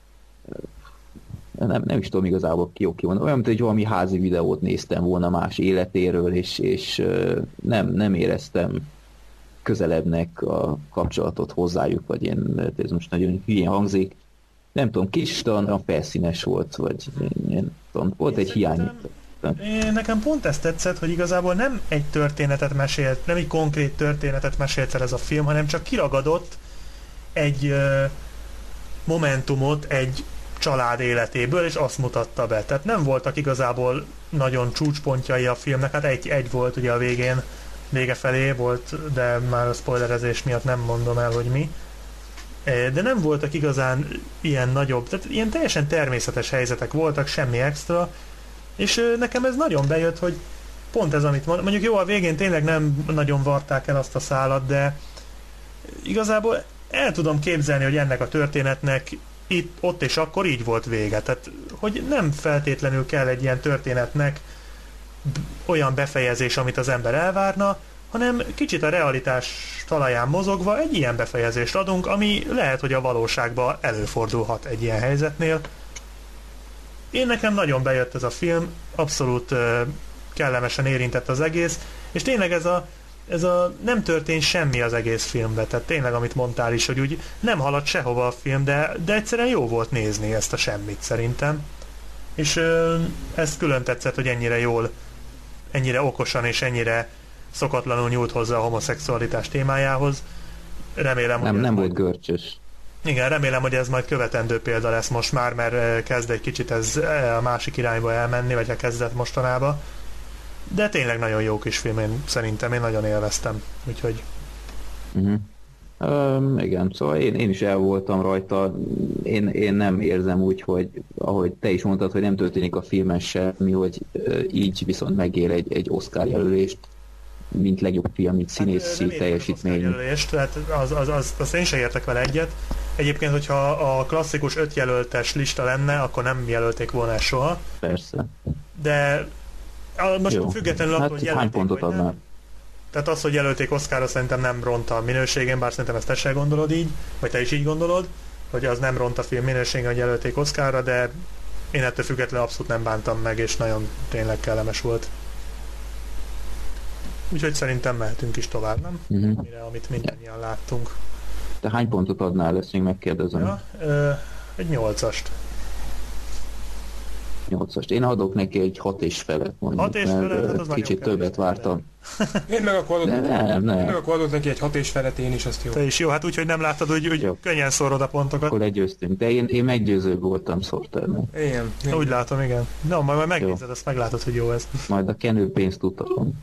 Nem, nem is tudom igazából ki oké van. Olyan, mint hogy valami házi videót néztem volna más életéről, és, és uh, nem, nem éreztem közelebbnek a kapcsolatot hozzájuk, vagy én, ez most nagyon hülyén hangzik. Nem tudom, kis olyan felszínes volt, vagy én, én tudom, volt én egy hiány. Én, nekem pont ezt tetszett, hogy igazából nem egy történetet mesélt, nem egy konkrét történetet mesélt el ez a film, hanem csak kiragadott egy uh, momentumot, egy család életéből, és azt mutatta be. Tehát nem voltak igazából nagyon csúcspontjai a filmnek, hát egy, egy volt ugye a végén, vége felé volt, de már a spoilerezés miatt nem mondom el, hogy mi. De nem voltak igazán ilyen nagyobb, tehát ilyen teljesen természetes helyzetek voltak, semmi extra, és nekem ez nagyon bejött, hogy pont ez, amit mond, mondjuk jó, a végén tényleg nem nagyon varták el azt a szálat, de igazából el tudom képzelni, hogy ennek a történetnek itt, ott és akkor így volt vége. Tehát, hogy nem feltétlenül kell egy ilyen történetnek olyan befejezés, amit az ember elvárna, hanem kicsit a realitás talaján mozogva egy ilyen befejezést adunk, ami lehet, hogy a valóságban előfordulhat egy ilyen helyzetnél. Én nekem nagyon bejött ez a film, abszolút uh, kellemesen érintett az egész, és tényleg ez a ez a nem történt semmi az egész filmben, tehát tényleg amit mondtál is, hogy úgy nem haladt sehova a film, de, de egyszerűen jó volt nézni ezt a semmit szerintem. És ö, ez külön tetszett, hogy ennyire jól, ennyire okosan és ennyire szokatlanul nyúlt hozzá a homoszexualitás témájához. Remélem, nem, hogy nem majd... volt görcsös. Igen, remélem, hogy ez majd követendő példa lesz most már, mert kezd egy kicsit ez a másik irányba elmenni, vagy ha kezdett mostanában. De tényleg nagyon jó kis film, én szerintem, én nagyon élveztem, úgyhogy... Uh-huh. Um, igen, szóval én, én is el voltam rajta, én, én nem érzem úgy, hogy ahogy te is mondtad, hogy nem történik a filmen semmi, hogy uh, így viszont megér egy, egy Oscar jelölést, mint legjobb film, mint színészi hát, teljesítmény. Jelölést, tehát az, az, az, az én sem értek vele egyet. Egyébként, hogyha a klasszikus öt jelöltes lista lenne, akkor nem jelölték volna soha. Persze. De most jó. Függetlenül attól, hát, hogy jelölték, pontot vagy adnál? Nem. Tehát az, hogy jelölték Oscarra, szerintem nem ront a minőségén, bár szerintem ezt te se gondolod így, vagy te is így gondolod, hogy az nem ront a film minőségén, hogy jelölték Oscarra, de én ettől függetlenül abszolút nem bántam meg, és nagyon tényleg kellemes volt. Úgyhogy szerintem mehetünk is tovább, nem? Uh-huh. Mire, amit mindannyian láttunk. Te hány pontot adnál, ezt még megkérdezem? Ja, ö, egy nyolcast. nyolcast. Én adok neki egy hat és felet mondjuk, hat és mert felet, hát az kicsit nagyon többet kevés. vártam. Én meg akkor adok, De nem, nem. Én meg akkor adok neki egy hat és felet, én is, azt jó. Te is jó, hát úgy, hogy nem láttad, úgy, úgy Jó. könnyen szórod a pontokat. Akkor legyőztünk. De én, én meggyőzőbb voltam Sorternek. Igen. igen. Úgy látom, igen. Na, majd, majd megnézed, azt meglátod, hogy jó ez. Majd a kenőpénzt utalom.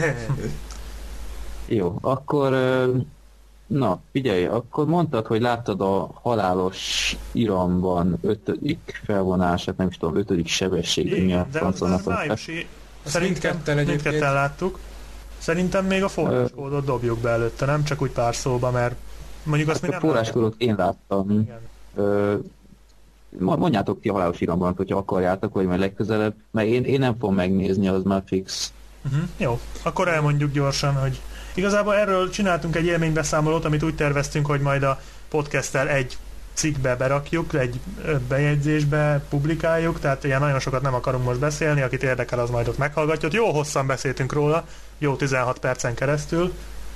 Jó, akkor... ö, Na, figyelj, akkor mondtad, hogy láttad a halálos iramban ötödik felvonását, nem is tudom, ötödik sebességű mi a de az, franconak az a májusi. Azt Szerintem mindketten egyébként. mindketten láttuk. Szerintem még a forráskódot dobjuk be előtte, nem csak úgy pár szóba, mert mondjuk azt mi Hát a nem forráskódot én láttam. Igen. Ö, mondjátok ki a halálos iramban, hogyha akarjátok, vagy majd legközelebb, mert én, én nem fogom megnézni, az már fix. Uh-huh. Jó, akkor elmondjuk gyorsan, hogy igazából erről csináltunk egy élménybeszámolót, amit úgy terveztünk, hogy majd a podcasttel egy cikkbe berakjuk, egy ö, bejegyzésbe publikáljuk, tehát ilyen nagyon sokat nem akarunk most beszélni, akit érdekel, az majd ott meghallgatja. Ott jó hosszan beszéltünk róla, jó tizenhat percen keresztül.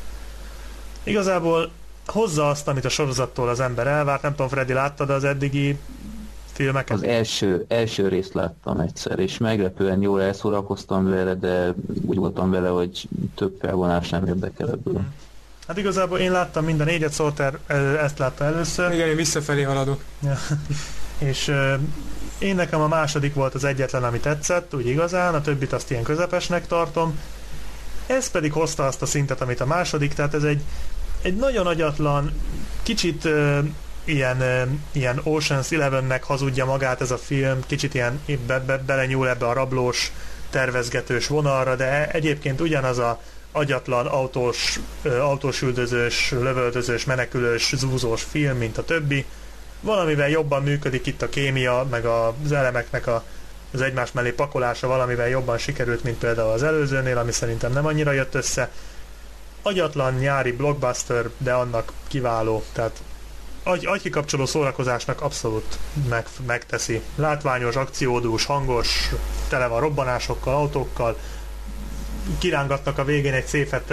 Igazából hozza azt, amit a sorozattól az ember elvárt. Nem tudom, Freddy, láttad az eddigi filmeket? Az első, első részt láttam egyszer, és meglepően jól elszórakoztam vele, de úgy voltam vele, hogy több felvonás nem érdekel ebből. Hát igazából én láttam mind a négyet, Sorter ö, ezt látta először. Igen, én visszafelé haladok. Ja. És ö, én nekem a második volt az egyetlen, ami tetszett, úgy igazán, a többit azt ilyen közepesnek tartom. Ez pedig hozta azt a szintet, amit a második, tehát ez egy, egy nagyon agyatlan, kicsit ö, ilyen, ö, ilyen Ocean's Elevennek hazudja magát ez a film, kicsit ilyen be, be, belenyúl ebbe a rablós, tervezgetős vonalra, de egyébként ugyanaz a agyatlan autós, ö, autósüldözős, lövöldözős, menekülős, zúzós film, mint a többi. Valamivel jobban működik itt a kémia, meg az elemeknek a, az egymás mellé pakolása valamivel jobban sikerült, mint például az előzőnél, ami szerintem nem annyira jött össze. Agyatlan nyári blockbuster, de annak kiváló, tehát agy, agykikapcsoló szórakozásnak abszolút meg, megteszi. Látványos, akciódús, hangos, tele van robbanásokkal, autókkal, kirángatnak a végén egy széfet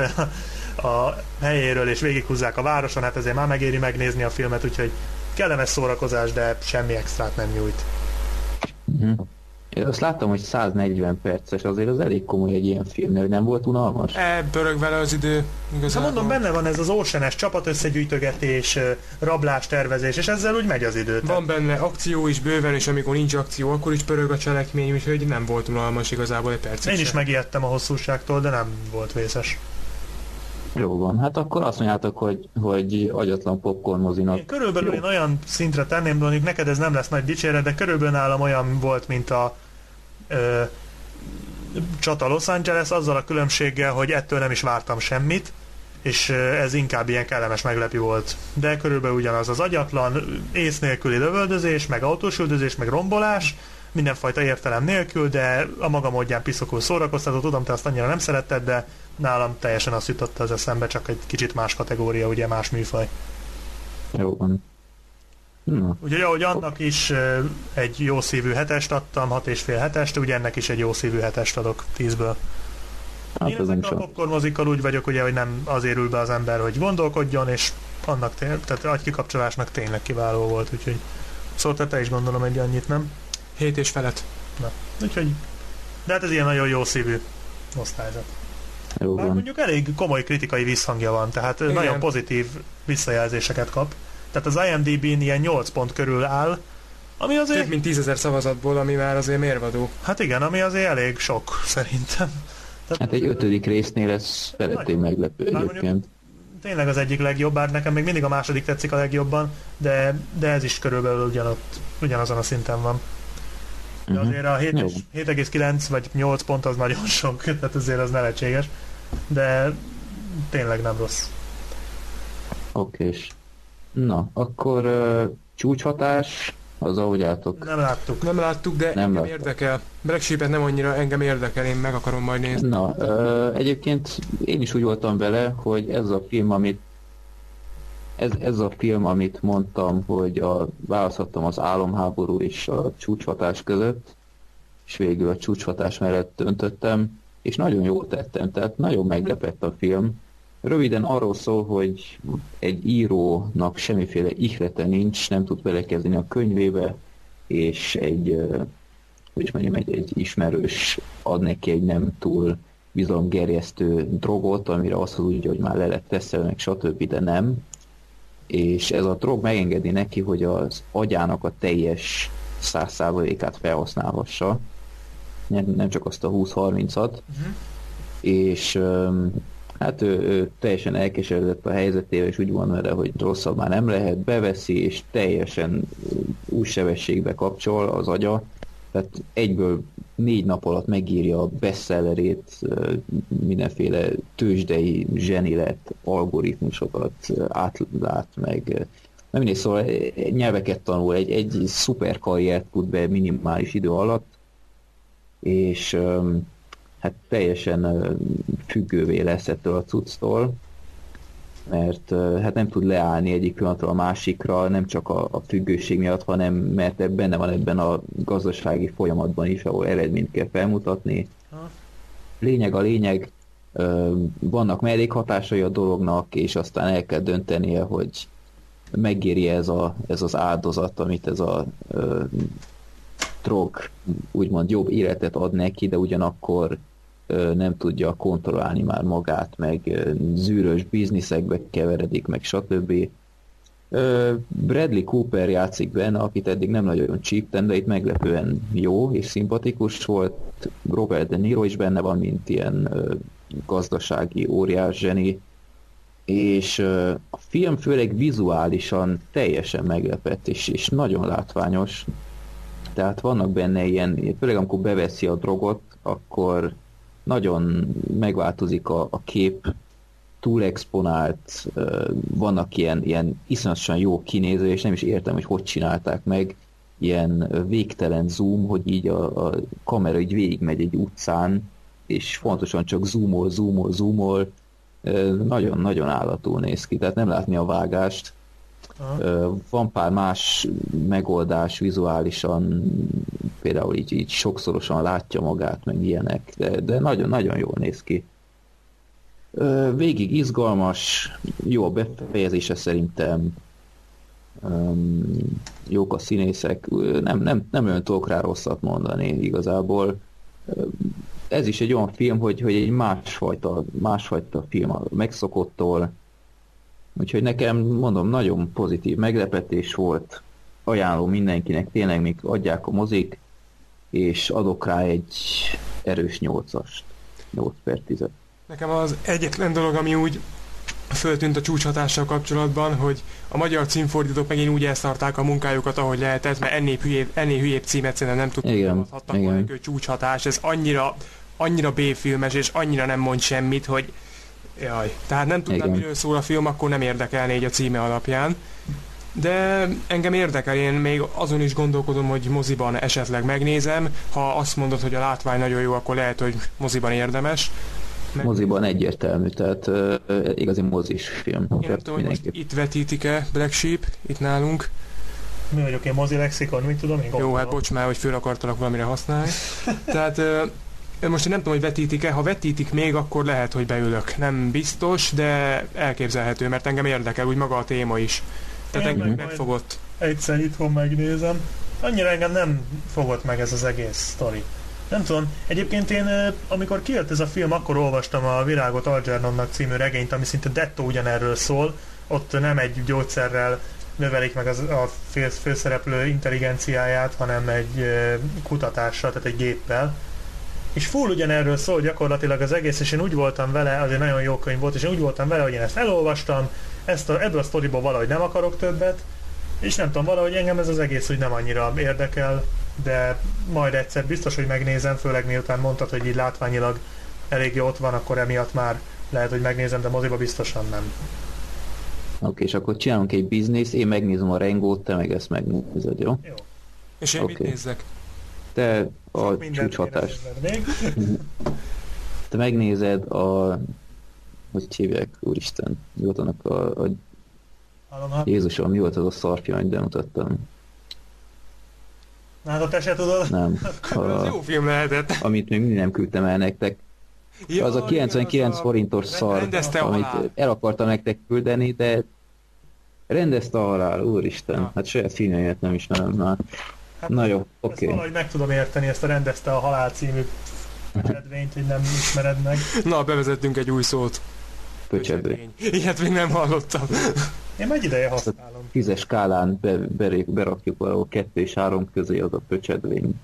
a helyéről, és végighúzzák a városon, hát ezért már megéri megnézni a filmet, úgyhogy kellemes szórakozás, de semmi extrát nem nyújt. Uh-huh. Én azt láttam, hogy száznegyven perces, azért az elég komoly egy ilyen film, hogy nem volt unalmas. E, pörög vele az idő. Igazából. Szóval mondom, benne van ez az Ocean-es csapatösszegyűjtögetés, rablástervezés, és ezzel úgy megy az idő. Van benne akció is bőven, és amikor nincs akció, akkor is pörög a cselekmény, úgyhogy nem volt unalmas igazából egy percig Én is sem. megijedtem a hosszúságtól, de nem volt vészes. Jó van, hát akkor azt mondjátok, hogy, hogy agyatlan popcorn mozinak. Én körülbelül Jó. én olyan szintre tenném, de mondjuk neked ez nem lesz nagy dicséret, de körülbelül nálam olyan volt, mint a ö, csata Los Angeles, azzal a különbséggel, hogy ettől nem is vártam semmit, és ö, ez inkább ilyen kellemes meglepő volt. De körülbelül ugyanaz az agyatlan, ész nélküli lövöldözés, meg autósüldözés, meg rombolás, mindenfajta értelem nélkül, de a maga módján piszokul szórakoztató. Tudom, te azt annyira nem szeretted, de nálam teljesen azt jutott az eszembe, csak egy kicsit más kategória, ugye más műfaj. Jó van. Na, Úgyhogy ahogy annak is ö, egy jó szívű hetest adtam, hat és fél hetest, ugye ennek is egy jó szívű hetest adok tízből. hát Én ez nem ezekkel a sok. popcorn mozikkal úgy vagyok, ugye, hogy nem azért ül be az ember, hogy gondolkodjon, és annak té- tehát agykikapcsolásnak tényleg kiváló volt, úgyhogy szóval te is gondolom egy annyit, nem? Hét és felet. Na, úgyhogy, de hát ez ilyen nagyon jó szívű osztályzat. Jó Bár van. mondjuk elég komoly kritikai visszhangja van, tehát Igen. nagyon pozitív visszajelzéseket kap. Tehát az IMDb-n ilyen nyolc pont körül áll, ami azért, Több mint tízezer szavazatból, ami már azért mérvadó. hát igen, ami azért elég sok szerintem. Tehát Hát egy ötödik résznél ez feletté meglepő Bár mondjuk- egyébként. tényleg az egyik legjobb, bár nekem még mindig a második tetszik a legjobban, de, de ez is körülbelül ugyanott, ugyanazon a szinten van. De Mhm. azért a hét Jó. és- hét egész kilenc vagy nyolc pont az nagyon sok, tehát azért az nevetséges. De tényleg nem rossz. Okés. Na, akkor uh, csúcshatás, az ahogy álltok. Nem láttuk. Nem láttuk, de Nem engem láttam. érdekel. Black Sheep-et nem annyira, engem érdekel, én meg akarom majd nézni. Na, uh, egyébként én is úgy voltam vele, hogy ez a film, amit ez, ez a film, amit mondtam, hogy a, választottam az álomháború és a csúcshatás között, és végül a csúcshatás mellett döntöttem, és nagyon jól tettem, tehát nagyon meglepett a film. Röviden arról szól, hogy egy írónak semmiféle ihlete nincs, nem tud belekezdeni a könyvébe, és egy, hogy mondjam, egy, egy ismerős ad neki egy nem túl bizalomgerjesztő drogot, amire azt tudja, hogy már le lett teszelve, meg stb., de nem. És ez a drog megengedi neki, hogy az agyának a teljes száz százalékát felhasználhassa, nem, nem csak azt a húsz-harmincat, uh-huh. és hát ő, ő teljesen elkeseredett a helyzetével, és úgy van vele, hogy rosszabb már nem lehet, beveszi, és teljesen új sebességbe kapcsol az agya, tehát egyből négy nap alatt megírja a bestsellerét, mindenféle tőzsdei zsenilet, algoritmusokat átlát meg. Nem mindegy, szóval nyelveket tanul, egy, egy szuper karriert tud be minimális idő alatt, és hát teljesen függővé lesz ettől a cucctól, mert hát nem tud leállni egyik pillanatról a másikra, nem csak a, a függőség miatt, hanem mert benne van ebben a gazdasági folyamatban is, ahol eredményt kell felmutatni. Lényeg a lényeg, vannak mellékhatásai a dolognak, és aztán el kell döntenie, hogy megéri ez, a, ez az áldozat, amit ez a drog úgymond jobb életet ad neki, de ugyanakkor nem tudja kontrollálni már magát, meg zűrös bizniszekbe keveredik, meg stb. Bradley Cooper játszik benne, akit eddig nem nagyon csíptem, de itt meglepően jó és szimpatikus volt. Robert De Niro is benne van, mint ilyen gazdasági óriás zseni, és a film főleg vizuálisan teljesen meglepett, és, és nagyon látványos. Tehát vannak benne ilyen, főleg amikor beveszi a drogot, akkor nagyon megváltozik a, a kép, túl exponált, vannak ilyen, ilyen iszonyatosan jó kinéző, és nem is értem, hogy hogy csinálták meg, ilyen végtelen zoom, hogy így a, a kamera így végigmegy egy utcán, és fontosan csak zoomol, zoomol, zoomol, nagyon-nagyon állatul néz ki, tehát nem látni a vágást. Aha. Van pár más megoldás vizuálisan, például így, így sokszorosan látja magát, meg ilyenek, de, de nagyon-nagyon jól néz ki. Végig izgalmas, jó a befejezése szerintem, jók a színészek, nem, nem, nem olyan tudok rá rosszat mondani igazából. Ez is egy olyan film, hogy, hogy egy másfajta, másfajta film a megszokottól, úgyhogy nekem, mondom, nagyon pozitív meglepetés volt, ajánlom mindenkinek, tényleg még adják a mozik, és adok rá egy erős nyolcast, nyolc per tíz. Nekem az egyetlen dolog, ami úgy föltűnt a csúcshatással kapcsolatban, hogy a magyar címfordítók megint úgy elszarták a munkájukat, ahogy lehetett, mert ennél hülyébb, ennél hülyébb címet szerintem nem tudtam, hattak volna, hogy csúcshatás, ez annyira, annyira B-filmes, és annyira nem mond semmit, hogy jaj, tehát nem tudnám, miről szól a film, akkor nem érdekelné így a címe alapján. De engem érdekel, én még azon is gondolkodom, hogy moziban esetleg megnézem. Ha azt mondod, hogy a látvány nagyon jó, akkor lehet, hogy moziban érdemes. Meg... Moziban egyértelmű, tehát uh, igazi mozis film. Én nem tudom, hogy most itt vetítik-e Black Sheep, itt nálunk. Mi vagyok én mozi lexikon, mit tudom én? Jó, tudom. Hát bocs már, hogy föl akartalak valamire használni. Tehát uh, most én nem tudom, hogy vetítik-e. Ha vetítik még, akkor lehet, hogy beülök. Nem biztos, de elképzelhető, mert engem érdekel, úgy maga a téma is. Tehát én engem megfogott. Egyszer itthon megnézem. Annyira engem nem fogott meg ez az egész sztori. Nem tudom, egyébként én, amikor kijött ez a film, akkor olvastam a Virágot Algernonnak című regényt, ami szinte dettó ugyanerről szól. Ott nem egy gyógyszerrel növelik meg az, a fő, főszereplő intelligenciáját, hanem egy kutatással, tehát egy géppel. És full ugyanerről szól gyakorlatilag az egész, és én úgy voltam vele, azért nagyon jó könyv volt, és én úgy voltam vele, hogy én ezt elolvastam, ezt a, ebből a sztoriból valahogy nem akarok többet, és nem tudom, valahogy engem ez az egész úgy nem annyira érdekel, de majd egyszer biztos, hogy megnézem, főleg miután mondtad, hogy így látványilag elég jó ott van, akkor emiatt már lehet, hogy megnézem, de moziba biztosan nem. Oké, okay, és akkor csinálunk egy biznisz, én megnézem a Rengót, te meg ezt megnézed, jó? Jó. És én okay. mit nézzek? Te a csúcshatást. Te megnézed a... hogy hívják, úristen, mi volt annak a... a... Jézusom, mi volt az a szarfilm, amit bemutattam? Na, hát te se tudod? Nem. A... Az jó film lehetett. Amit még mindig nem küldtem el nektek. Ja, az a kilencvenkilenc forintos szar, amit el akartam nektek küldeni, de rendezte a halál, úristen. Ja. Hát saját filmjeimet nem ismerem már. Hát Na jó, ezt oké. valahogy meg tudom érteni, ezt a Rendezte a halál című pöcsedvényt, hogy nem ismered meg. Na, bevezettünk egy új szót. Pöcsedvény. Ilyet még nem hallottam. Én egy ideje használom. Tízes skálán be, be, berakjuk valahol kettő és három közé, az a pöcsedvény.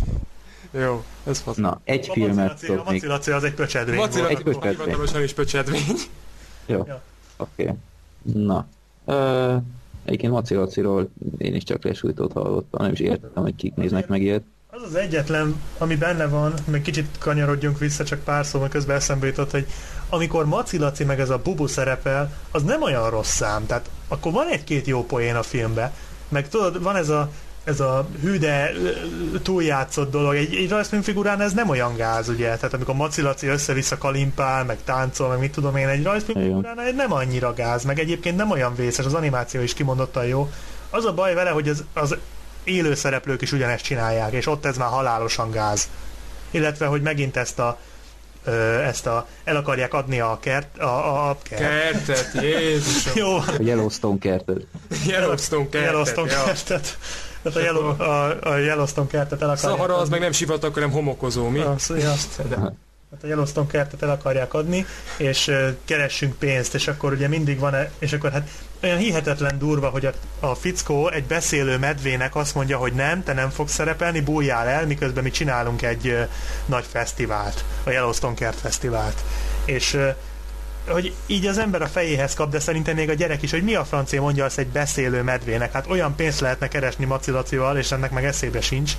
Jó, ez fasz. Na, egy A filmet macilaci, a tudok még. macilaci az egy pöcsedvény Macila, volt. Egy pöcsedvény. hivatalosan is pöcsedvény. Jó, Ja. oké. Na. Uh, egyébként Macilaciról én is csak lesújtót hallottam, nem is értem, hogy kik néznek meg ilyet. Az az egyetlen, ami benne van, meg kicsit kanyarodjunk vissza, csak pár szóval közben eszembe jutott, hogy amikor Macilaci meg ez a Bubu szerepel, az nem olyan rossz szám, tehát akkor van egy-két jó poén a filmben, meg tudod, van ez a, ez a hű, de túljátszott dolog, egy, egy rajzfilmfigurán ez nem olyan gáz, ugye, tehát amikor Macilaci össze-vissza kalimpál, meg táncol, meg mit tudom én, egy rajzfilmfigurán ez nem annyira gáz, meg egyébként nem olyan vészes, az animáció is kimondottan jó. Az a baj vele, hogy az, az élő szereplők is ugyanezt csinálják, és ott ez már halálosan gáz. Illetve, hogy megint ezt a, ö, ezt a el akarják adni a kert, a, a, a kert. Kertet, Jézusom. Jó van. A Yellowstone kertet. Yellowstone kertet. Yellowstone ja. kertet. Tehát a, Yellow, a, a Yellowstone kertet el akarják Szahara az adni. meg nem sivatag, hanem homokozó, mi? Azt, azt. Hát a Yellowstone kertet el akarják adni, és uh, keressünk pénzt, és akkor ugye mindig van, és akkor hát olyan hihetetlen durva, hogy a, a fickó egy beszélő medvének azt mondja, hogy nem, te nem fogsz szerepelni, bújjál el, miközben mi csinálunk egy uh, nagy fesztivált, a Yellowstone Kert fesztivált. És uh, hogy így az ember a fejéhez kap, de szerintem még a gyerek is, hogy mi a francia mondja azt egy beszélő medvének. Hát olyan pénzt lehetne keresni Macilacival, és ennek meg eszébe sincs.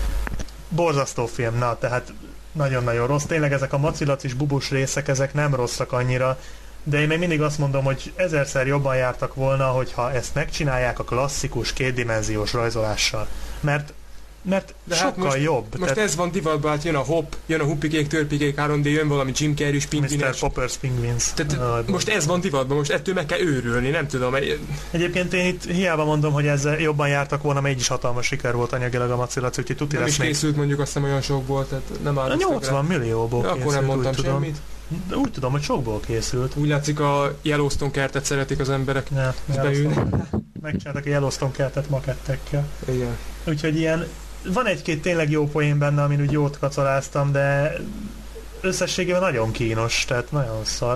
Borzasztó film, na, tehát nagyon-nagyon rossz. Tényleg ezek a macilacis bubus részek, ezek nem rosszak annyira, de én még mindig azt mondom, hogy ezerszer jobban jártak volna, hogyha ezt megcsinálják a klasszikus kétdimenziós rajzolással. Mert mert De sokkal hát most, jobb. Most Tehát ez van divatban, hát jön a hop, jön a huppikék, törpikék, három dé, jön valami Jim Carrey-s miszter pingvines. Popper's Penguins. Tehát Ah, most ez van divatban, most ettől meg kell őrülni, nem tudom. Egyébként én itt hiába mondom, hogy ezzel jobban jártak volna, mert így is hatalmas siker volt anyagilag a Macilaci, úgyhogy tuti Nem lesz is még. készült mondjuk, azt hiszem olyan sokból, tehát nem A állítottak nyolcvan millióból rá. Akkor készült, nem mondtam úgy tudom. semmit. De úgy tudom, hogy sokból készült. Úgy látszik, a Yellowstone kertet szeretik az emberek. Ne, Ez Yellowstone- beülni. megcsináltak a Yellowstone kertet makettekkel. Igen. Úgyhogy ilyen, van egy-két tényleg jó poén benne, amin úgy jót kacoláztam, de összességében nagyon kínos, tehát nagyon szar.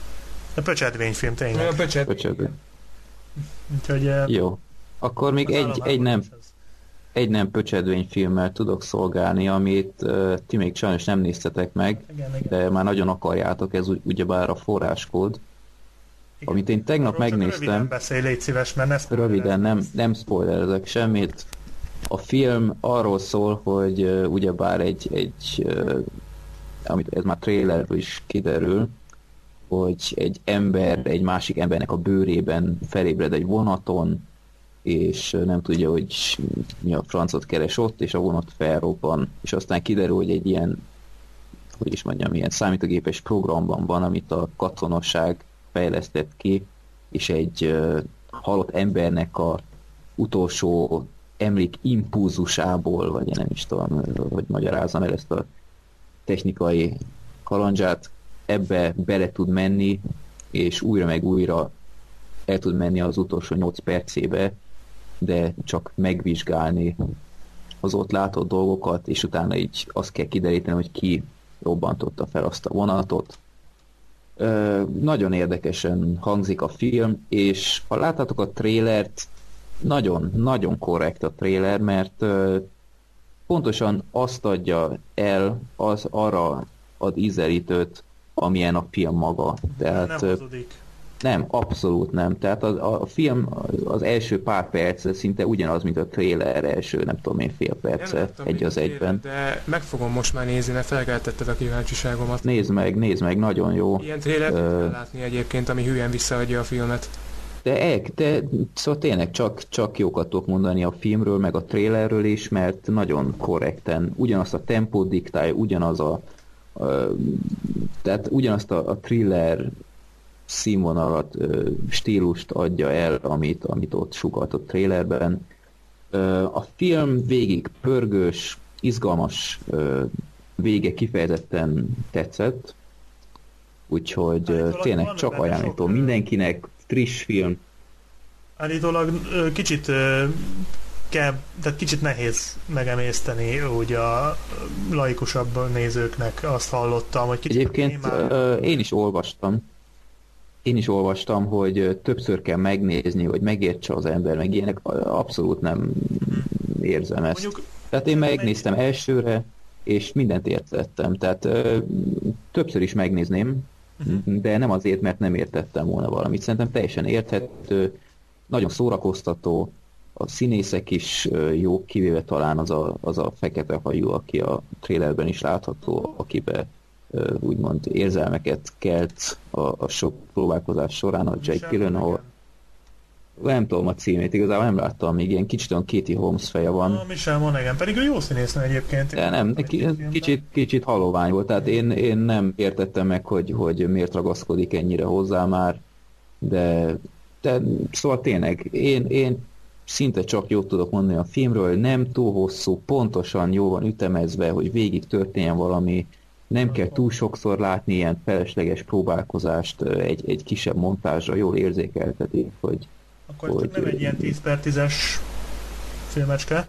A pöcsedvényfilm tényleg. Olyan pöcset. Pöcsedvény. Úgyhogy eh, Jó. Akkor még az egy, államában egy nem is ez. egy nem pöcsedvényfilmmel tudok szolgálni, amit uh, ti még sajnos nem néztetek meg, Igen, igen. de már nagyon akarjátok, ez ugy, ugyebár a forráskód, Igen. amit én tegnap Arról csak megnéztem. Röviden beszélj, légy szíves, mert ne spoilerezz. Röviden, nem, nem spoilerezek semmit. A film arról szól, hogy uh, ugyebár egy, egy uh, amit ez már trailerből is kiderül, hogy egy ember egy másik embernek a bőrében felébred egy vonaton, és uh, nem tudja, hogy mi a francot keres ott, és a vonat felrobban, és aztán kiderül, hogy egy ilyen, hogy is mondjam, ilyen számítógépes programban van, amit a katonaság fejlesztett ki, és egy uh, halott embernek a utolsó emlék impulzusából, vagy én nem is tudom, hogy magyarázzam el ezt a technikai kalandzsát, ebbe bele tud menni, és újra meg újra el tud menni az utolsó nyolc percébe, de csak megvizsgálni az ott látott dolgokat, és utána így azt kell kideríteni, hogy ki robbantotta fel azt a vonatot. Ö, nagyon érdekesen hangzik a film, és ha láttátok a trélert, nagyon, nagyon korrekt a trailer, mert ö, pontosan azt adja el, az arra ad ízelítőt, amilyen a film maga. Tehát, Nem ö, hazudik. nem, abszolút nem. Tehát a, a film az első pár perce szinte ugyanaz, mint a trailer első, nem tudom én, fél perce, láttam egy még az a egyben. trailer, De meg fogom most már nézni, mert felkeltetted a kíváncsiságomat. Nézd meg, nézd meg, nagyon jó. Ilyen trailert Ö, kell látni egyébként, ami hülyen visszaadja a filmet. De, el, de szóval tényleg csak, csak jókat tudok mondani a filmről, meg a trailerről is, mert nagyon korrekten ugyanazt a tempót diktálja, ugyanaz a, a tehát ugyanazt a, a thriller színvonalat, stílust adja el, amit, amit ott sugalt a trailerben. A film végig pörgős, izgalmas, vége kifejezetten tetszett, úgyhogy Állítólag tényleg van csak benne ajánlítom sok, mindenkinek, friss film. Állítólag ö, kicsit ö, kell, tehát kicsit nehéz megemészteni úgy a laikusabb nézőknek, azt hallottam, hogy kicsit Egyébként ö, én is olvastam, én is olvastam, hogy többször kell megnézni, hogy megértse az ember, meg ilyenek, abszolút nem érzem ezt. Mondjuk, tehát én megnéztem egy... elsőre, és mindent értettem, tehát ö, többször is megnézném, uh-huh. de nem azért, mert nem értettem volna valamit. Szerintem teljesen érthető, nagyon szórakoztató, a színészek is jók, kivéve talán az a, az a fekete hajú, aki a trailerben is látható, akibe úgymond érzelmeket kelt a, a sok próbálkozás során, a Jake Gyllenhaal. Nem tudom a címét, igazából nem láttam még, ilyen kicsit olyan Katie Holmes feje van. A Michelle Monaghan, pedig ő jó színésznő egyébként. De nem, de kicsit, kicsit halovány volt, tehát én, én nem értettem meg, hogy, hogy miért ragaszkodik ennyire hozzá már, de, de szóval tényleg, én, én szinte csak jót tudok mondani a filmről, nem túl hosszú, pontosan jó van ütemezve, hogy végig történjen valami, nem kell túl sokszor látni ilyen felesleges próbálkozást, egy, egy kisebb montázsra jól érzékeltetik, hogy... Akkor hogy, nem egy ilyen tíz per tízes filmecske?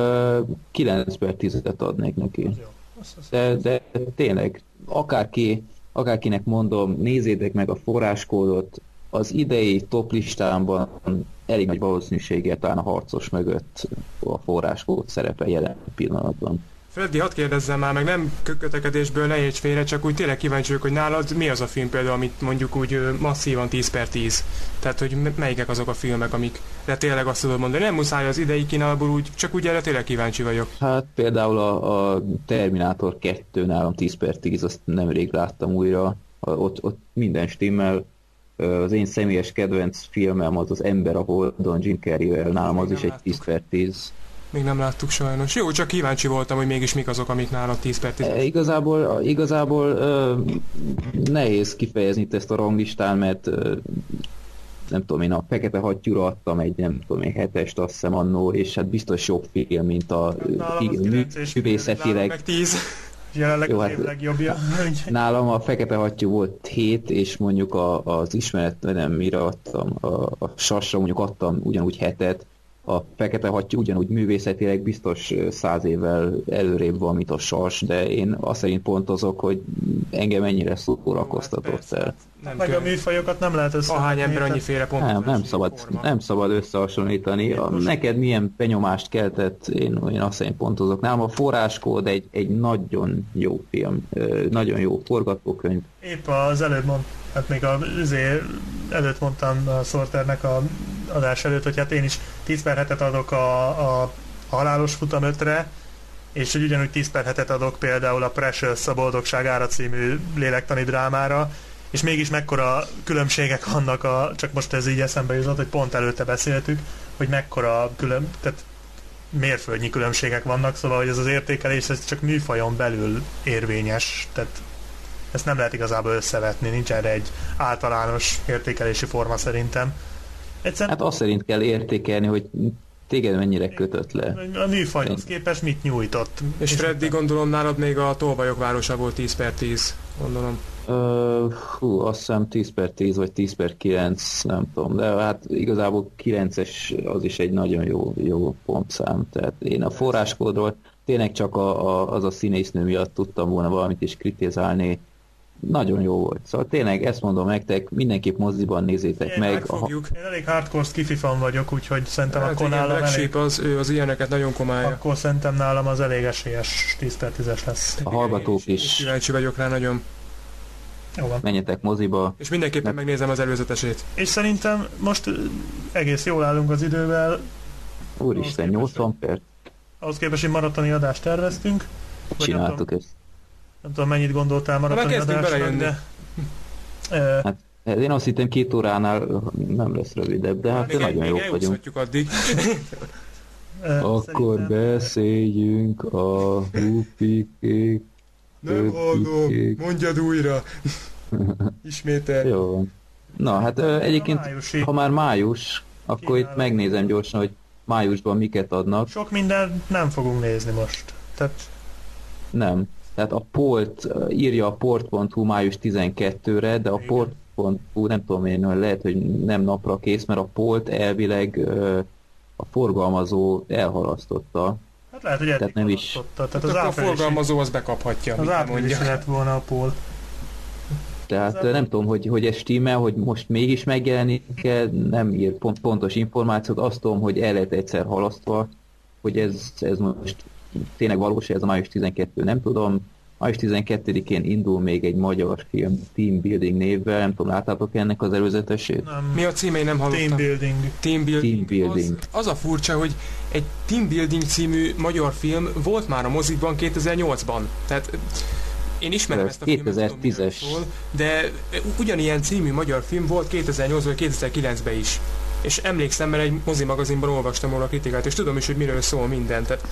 kilenc per tízet adnék neki. Az jó. Az, az de, de tényleg, akárki, akárkinek mondom, nézzétek meg a forráskódot, az idei top listámban elég nagy valószínűséggel talán a harcos mögött a forráskód szerepel jelen pillanatban. Freddy, hadd kérdezzem már, meg nem kötekedésből ne érts félre, csak úgy tényleg kíváncsi vagyok, hogy nálad mi az a film például, amit mondjuk úgy masszívan tíz per tíz. Tehát, hogy melyikek azok a filmek, amikre tényleg azt tudod mondani. Nem muszáj az idei kínálból, úgy, csak úgy erre tényleg kíváncsi vagyok. Hát például a, a Terminátor kettő nálam tíz per tíz, azt nemrég láttam újra. Ott, ott minden stimmel. Az én személyes kedvenc filmem az az Ember a Holdon, Jim Carrey-vel, nálam az is egy tíz per tíz. Még nem láttuk sajnos. Jó, csak kíváncsi voltam, hogy mégis mik azok, amik nálad tíz per tíz. E, igazából igazából ö, nehéz kifejezni itt ezt a ranglistán, mert ö, nem tudom én, a Fekete Hattyúra adtam egy nem tudom én hetest, azt hiszem annó, és hát biztos jobb film, mint a művészetileg. Meg tíz. Jelenleg jó, az év hát, legjobbja. Nálam a Fekete Hattyú volt hét, és mondjuk a, az ismeret, nem mire adtam, a, a Sasra mondjuk adtam ugyanúgy hetet, a Fekete Hattyú ugyanúgy művészetileg biztos száz évvel előrébb van, mint a Sas, de én azt szerint pontozok, hogy engem ennyire szórakoztatott el. Nem meg a műfajokat nem lehet összehasonlítani. Ahány ember annyiféle pont. Nem, nem szabad, nem szabad összehasonlítani. A, neked milyen benyomást keltett, én, én azt szerint pontozok. Nálam a Forráskód egy, egy nagyon jó film, nagyon jó forgatókönyv. Épp az előbb mond, hát még az előtt mondtam a Sorternek a adás előtt, hogy hát én is tíz per hetet adok a, a Halálos futam ötre, és hogy ugyanúgy tíz per hetet adok például a Precious, a Boldogság ára című lélektani drámára, és mégis mekkora különbségek vannak, a, csak most ez így eszembe jutott, hogy pont előtte beszéltük, hogy mekkora külön, tehát mérföldnyi különbségek vannak, szóval hogy ez az értékelés ez csak műfajon belül érvényes, tehát ezt nem lehet igazából összevetni, nincs erre egy általános értékelési forma szerintem. Egyszerűen... Hát azt szerint kell értékelni, hogy téged mennyire kötött le. A műfajhoz képest mit nyújtott. És, és Freddy, gondolom nálad még a Tolvajok városa volt tíz per tíz, gondolom. Uh, hú, azt hiszem tíz per tíz vagy tíz per kilenc, nem tudom, de hát igazából kilences az is egy nagyon jó, jó pontszám. Tehát én a Forráskódról tényleg csak a, a, az a színésznő miatt tudtam volna valamit is kritizálni. Nagyon jó volt. Szóval tényleg ezt mondom nektek, mindenképp moziban nézzétek én meg. A... Én elég hardcore skifi fan vagyok, úgyhogy szerintem hát akkor nálam Black elég... az, ő az ilyeneket nagyon komolyan. Akkor szerintem nálam az elég esélyes tíz per tízes lesz. A hallgatók is. Kíváncsi vagyok rá nagyon. Jó van. Menjetek moziba. És mindenképpen meg... megnézem az előzetesét. És szerintem most egész jól állunk az idővel. Úristen, nyolcvan perc. Ahhoz képest, hogy maratoni adást terveztünk. Csináltuk ezt. Nem tudom, mennyit gondoltál maratoni adásnak, de... Hát, én azt hittem két óránál nem lesz rövidebb, de hát nagyon jók vagyunk. Addig. Akkor beszéljünk a húpikék. Nem hallom, mondjad újra. Ismétel. Jó van. Na, hát egyébként, ha már május, akkor itt megnézem gyorsan, hogy májusban miket adnak. Sok minden nem fogunk nézni most. Tehát... Nem. Tehát a Polt írja a port pont hu május tizenkettőre, de a port pont hu nem tudom én, lehet, hogy nem napra kész, mert a Polt elvileg a forgalmazó elhalasztotta. Hát lehet, hogy eddig Tehát nem is- halasztotta. Tehát Tehát az akkor a áprilisi, forgalmazó az bekaphatja, az mit nem áprilisi mondja. lett volna a pól. Tehát Ez- nem tudom, hogy, hogy ez stimmel, hogy most mégis megjelenik-e, nem ír pont, pontos információt, azt tudom, hogy el lett egyszer halasztva, hogy ez, ez most tényleg valós, ez a május tizenkettő, nem tudom. május tizenkettedikén indul még egy magyar film Team Building névvel, nem tudom, láttátok ennek az előzetesét? Nem. Mi a címe, én nem hallottam. Team building. Team Building. Team Building. Az, az a furcsa, hogy egy Team Building című magyar film volt már a mozikban kétezer-nyolcban. Tehát én ismerem Ez ezt a filmet, tudom, miről kétezer-tízes. szól, de ugyanilyen című magyar film volt kétezer-nyolcban vagy kétezer-kilencben is. És emlékszem, mert egy mozi magazinban olvastam róla a kritikát, és tudom is, hogy miről szól minden. Tehát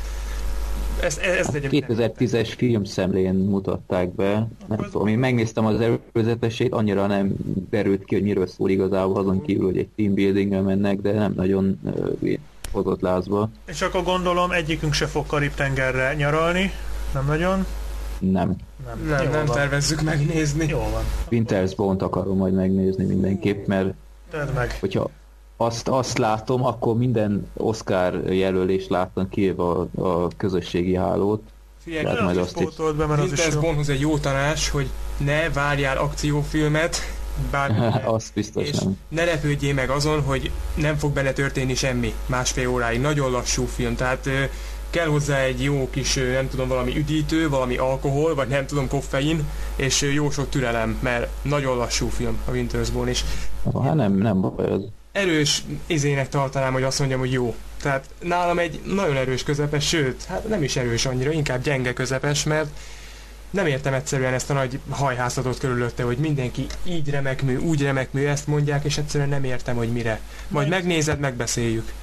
ez, ez legyen kétezer-tízes filmszemlén mutatták be, nem tudom, én megnéztem az előzetesét, annyira nem derült ki, hogy miről szól igazából, azon kívül, hogy egy teambuildinggel mennek, de nem nagyon uh, hozott lázba. És akkor gondolom egyikünk se fog Karib-tengerre nyaralni. Nem nagyon? Nem. Nem, Nem, Jó nem van. tervezzük megnézni. Jó van. Winter's Bone-t akarom majd megnézni mindenképp, mert Tedd meg. hogyha azt, azt látom, akkor minden Oscar jelölést láttam kivéve a, a közösségi hálót. Figyelj, Hát Hát majd majd azt is. pótolt be, mert az is Winter's jó. Bone-hoz egy jó tanács, hogy ne várjál akciófilmet, bármilyen, Azt biztos és nem. ne lepődjél meg azon, hogy nem fog benne történni semmi másfél óráig. Nagyon lassú film, tehát ö, kell hozzá egy jó kis, ö, nem tudom, valami üdítő, valami alkohol, vagy nem tudom, koffein, és ö, jó sok türelem, mert nagyon lassú film a Winter's Bone, és Hát nem, nem baj az. erős izének tartanám, hogy azt mondjam, hogy jó. Tehát nálam egy nagyon erős közepes, sőt, hát nem is erős annyira, inkább gyenge közepes, mert nem értem egyszerűen ezt a nagy hajhászatot körülötte, hogy mindenki így remekmű, úgy remekmű, ezt mondják, és egyszerűen nem értem, hogy mire. Majd Meg- megnézed, megbeszéljük.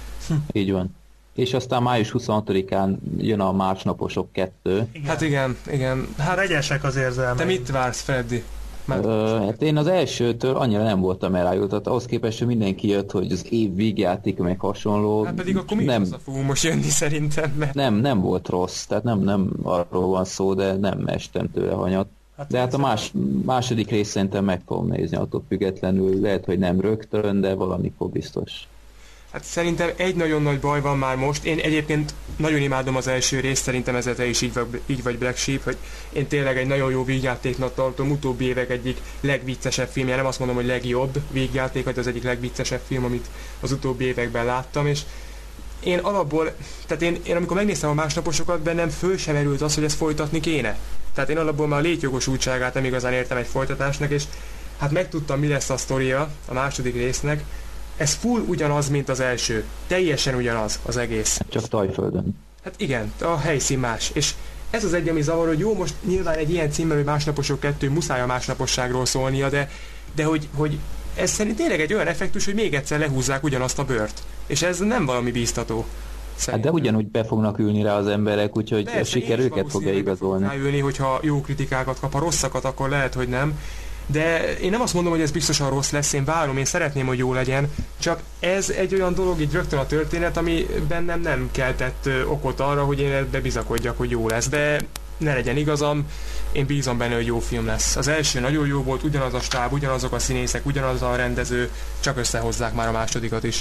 Így van. És aztán május huszonhatodikán jön a Másnaposok kettő. Igen. Hát igen, igen. Hát Vegyesek az érzelmeim. te mit vársz, Freddy? Már Ö, hát én az elsőtől annyira nem voltam elájult, ahhoz képest, hogy mindenki jött, hogy az év végjáték, meg hasonló. hát pedig akkor mi nem, az a fog most jönni szerintem, mert nem, nem volt rossz, tehát nem, nem arról van szó, de nem estem tőle hanyat. Hát De hát a más, második rész szerintem meg fogom nézni, attól függetlenül lehet, hogy nem rögtön, de valamikor biztos. hát szerintem egy nagyon nagy baj van már most. Én egyébként nagyon imádom az első részt, szerintem ezzel te is így vagy, így vagy Black Sheep, hogy én tényleg egy nagyon jó vígjátéknak tartom, utóbbi évek egyik legviccesebb filmje, nem azt mondom, hogy legjobb vígjáték, vagy az egyik legviccesebb film, amit az utóbbi években láttam, és én alapból, tehát én, én amikor megnéztem a Másnaposokat, bennem föl sem erült az, hogy ezt folytatni kéne. Tehát én alapból már a létjogosultságát nem igazán értem egy folytatásnak, és hát megtudtam, mi lesz a sztoria a második résznek. Ez full ugyanaz, mint az első. Teljesen ugyanaz az egész. Csak Tajföldön. Hát igen, a helyszín más. És ez az egy, ami zavar, hogy jó, most nyilván egy ilyen címmel, hogy Másnaposok kettő, muszáj a másnaposságról szólnia, de, de hogy, hogy ez szerint tényleg egy olyan effektus, hogy még egyszer lehúzzák ugyanazt a bört. És ez nem valami bíztató. Hát de Szerintem. ugyanúgy be fognak ülni rá az emberek, úgyhogy a Persze, siker én is őket fogja valószínűleg be fogok igazolni. ráülni, hogyha jó kritikákat kap, a rosszakat, akkor lehet, hogy nem. De én nem azt mondom, hogy ez biztosan rossz lesz, én várom, én szeretném, hogy jó legyen, csak ez egy olyan dolog így rögtön a történet, ami bennem nem keltett ö, okot arra, hogy én ebbe bizakodjak, hogy jó lesz, de ne legyen igazam, én bízom benne, hogy jó film lesz. Az első nagyon jó volt, ugyanaz a stáb, ugyanazok a színészek, ugyanaz a rendező, csak összehozzák már a másodikat is.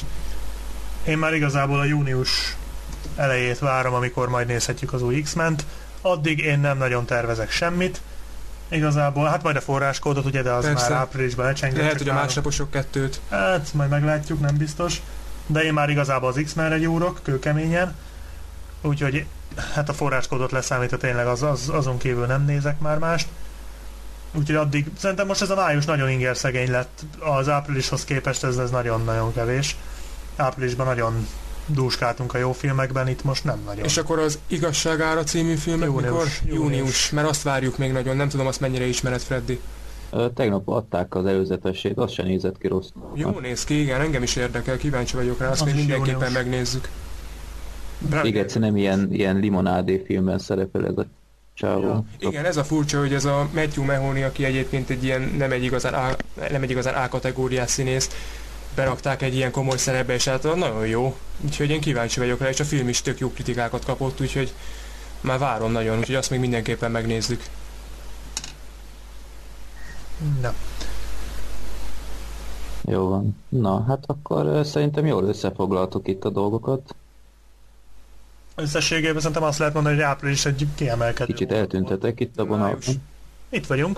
Én már igazából a június elejét várom, amikor majd nézhetjük az új X-ment. Addig én nem nagyon tervezek semmit. Igazából, hát majd a forráskódot, ugye, de az Persze. már áprilisban lecsengett. Lehet, csak hogy a várom. Másnaposok kettőt. Hát, majd meglátjuk, nem biztos. De én már igazából az X-menre gyúrok, kőkeményen. Úgyhogy hát a forráskódot leszámítva tényleg az, az, azon kívül nem nézek már mást. Úgyhogy addig, szerintem most ez a május nagyon inger szegény lett. Az áprilishoz képest ez, ez nagyon-nagyon kevés. Áprilisban nagyon dúskáltunk a jó filmekben, itt most nem nagyon. És akkor az Igazságára című filmek Június, mikor? június. Június, mert azt várjuk még nagyon, nem tudom azt mennyire ismered, Freddy. Ö, Tegnap adták az előzetesét, az sem nézett ki rossz. Jó néz ki, igen, engem is érdekel, kíváncsi vagyok rá, azt Az még is mindenképpen június. megnézzük. Még egyszer nem ilyen, ilyen limonádé filmben szerepel ez a csávó. Ja. Igen, ez a furcsa, hogy ez a Matthew Mahoney, aki egyébként egy ilyen nem egy igazán A, nem egy igazán A-kategóriás színész, berakták egy ilyen komoly szerepbe, és hát nagyon jó. Úgyhogy én kíváncsi vagyok rá, és a film is tök jó kritikákat kapott, úgyhogy már várom nagyon, úgyhogy azt még mindenképpen megnézzük. Na. Jó van. Na, hát akkor ö, szerintem jól összefoglaltuk itt a dolgokat. Összességében szerintem azt lehet mondani, hogy április egy kiemelkedő. Kicsit hónap volt. eltüntetek itt a Május. vonalban. Itt vagyunk.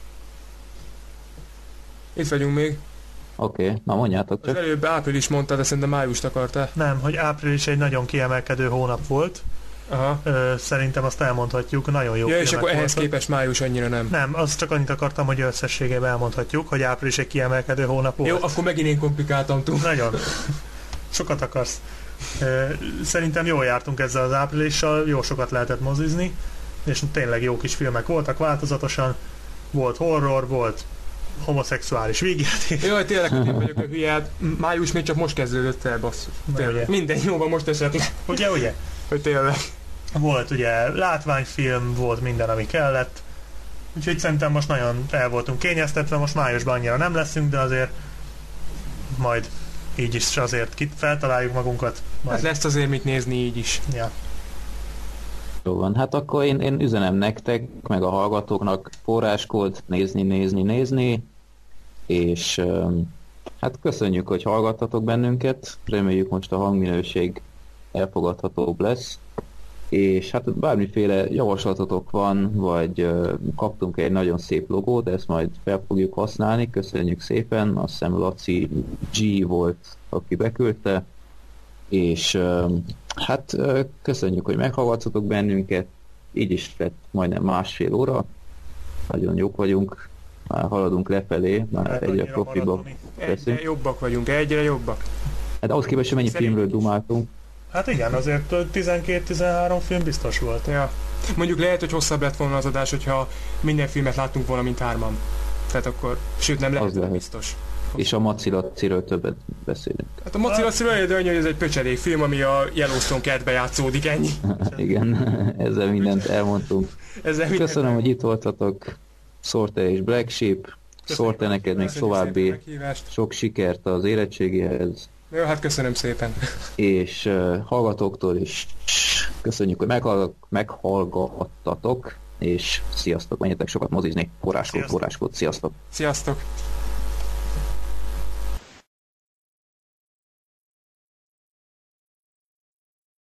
Itt vagyunk még. Oké, okay, na mondjátok Az csak. előbb április mondtad, de szerintem májust akartál. Nem, hogy április egy nagyon kiemelkedő hónap volt. Aha. Ö, szerintem azt elmondhatjuk, nagyon jó Ja, és filmek akkor ehhez voltak. képest május annyira nem. Nem, azt csak annyit akartam, hogy összességében elmondhatjuk, hogy április egy kiemelkedő hónap volt. Jó, akkor megint én komplikáltam túl. Nagyon. Sokat akarsz. Ö, Szerintem jól jártunk ezzel az áprilissal, jó sokat lehetett mozizni, és tényleg jó kis filmek voltak változatosan. Volt horror, volt homoszexuális végjáték. Jaj, tényleg, hogy én vagyok a hülye. Hát május még csak most kezdődött el, basszus. Tényleg. ugye. Minden jó van most esetleg. Ugye, ugye? Hogy tényleg. Volt ugye látványfilm, volt minden, ami kellett. Úgyhogy szerintem most nagyon el voltunk kényeztetve, most májusban annyira nem leszünk, de azért majd így is azért kit feltaláljuk magunkat. Majd. Hát lesz azért mit nézni így is. Ja. Jó van, hát akkor én, én üzenem nektek, meg a hallgatóknak forráskód, nézni, nézni, nézni, és öm, hát köszönjük, hogy hallgattatok bennünket, reméljük most a hangminőség elfogadhatóbb lesz, és hát bármiféle javaslatotok van, vagy ö, kaptunk egy nagyon szép logót, ezt majd fel fogjuk használni, köszönjük szépen, azt hiszem Laci G volt, aki beküldte, és öm, hát ö, köszönjük, hogy meghallgattatok bennünket, így is lett majdnem másfél óra, nagyon jók vagyunk, már haladunk lefelé, már Hát egyre annyira profiba maratoni. Egyre veszünk. jobbak vagyunk, egyre jobbak. Hát ahhoz képest, hogy mennyi Szerintem filmről is. dumáltunk, Hát igen, azért tizenkét-tizenhárom film biztos volt. Ja. Mondjuk lehet, hogy hosszabb lett volna az adás, hogyha minden filmet láttunk volna, mint hárman. Tehát akkor, sőt nem lehet, Az lehet. biztos. és a Maci Laciről többet beszélünk. Hát a Maci Laciról eljött annyi, hogy ez egy pöcsedék film, ami a Yellowstone kertbe játszódik, ennyi. Igen, ezzel mindent elmondtunk. Ezzel minden- Köszönöm, hogy itt voltatok, Sorte és Black Sheep. Sorte, neked még Köszönjük szépen a további meghívást. sok sikert az érettségihez, Jó, hát köszönöm szépen. és uh, hallgatóktól is köszönjük, hogy meghallg- meghallgattatok, és sziasztok, menjetek sokat mozizni, forráskód, Sziasztok. forráskód, sziasztok! Sziasztok!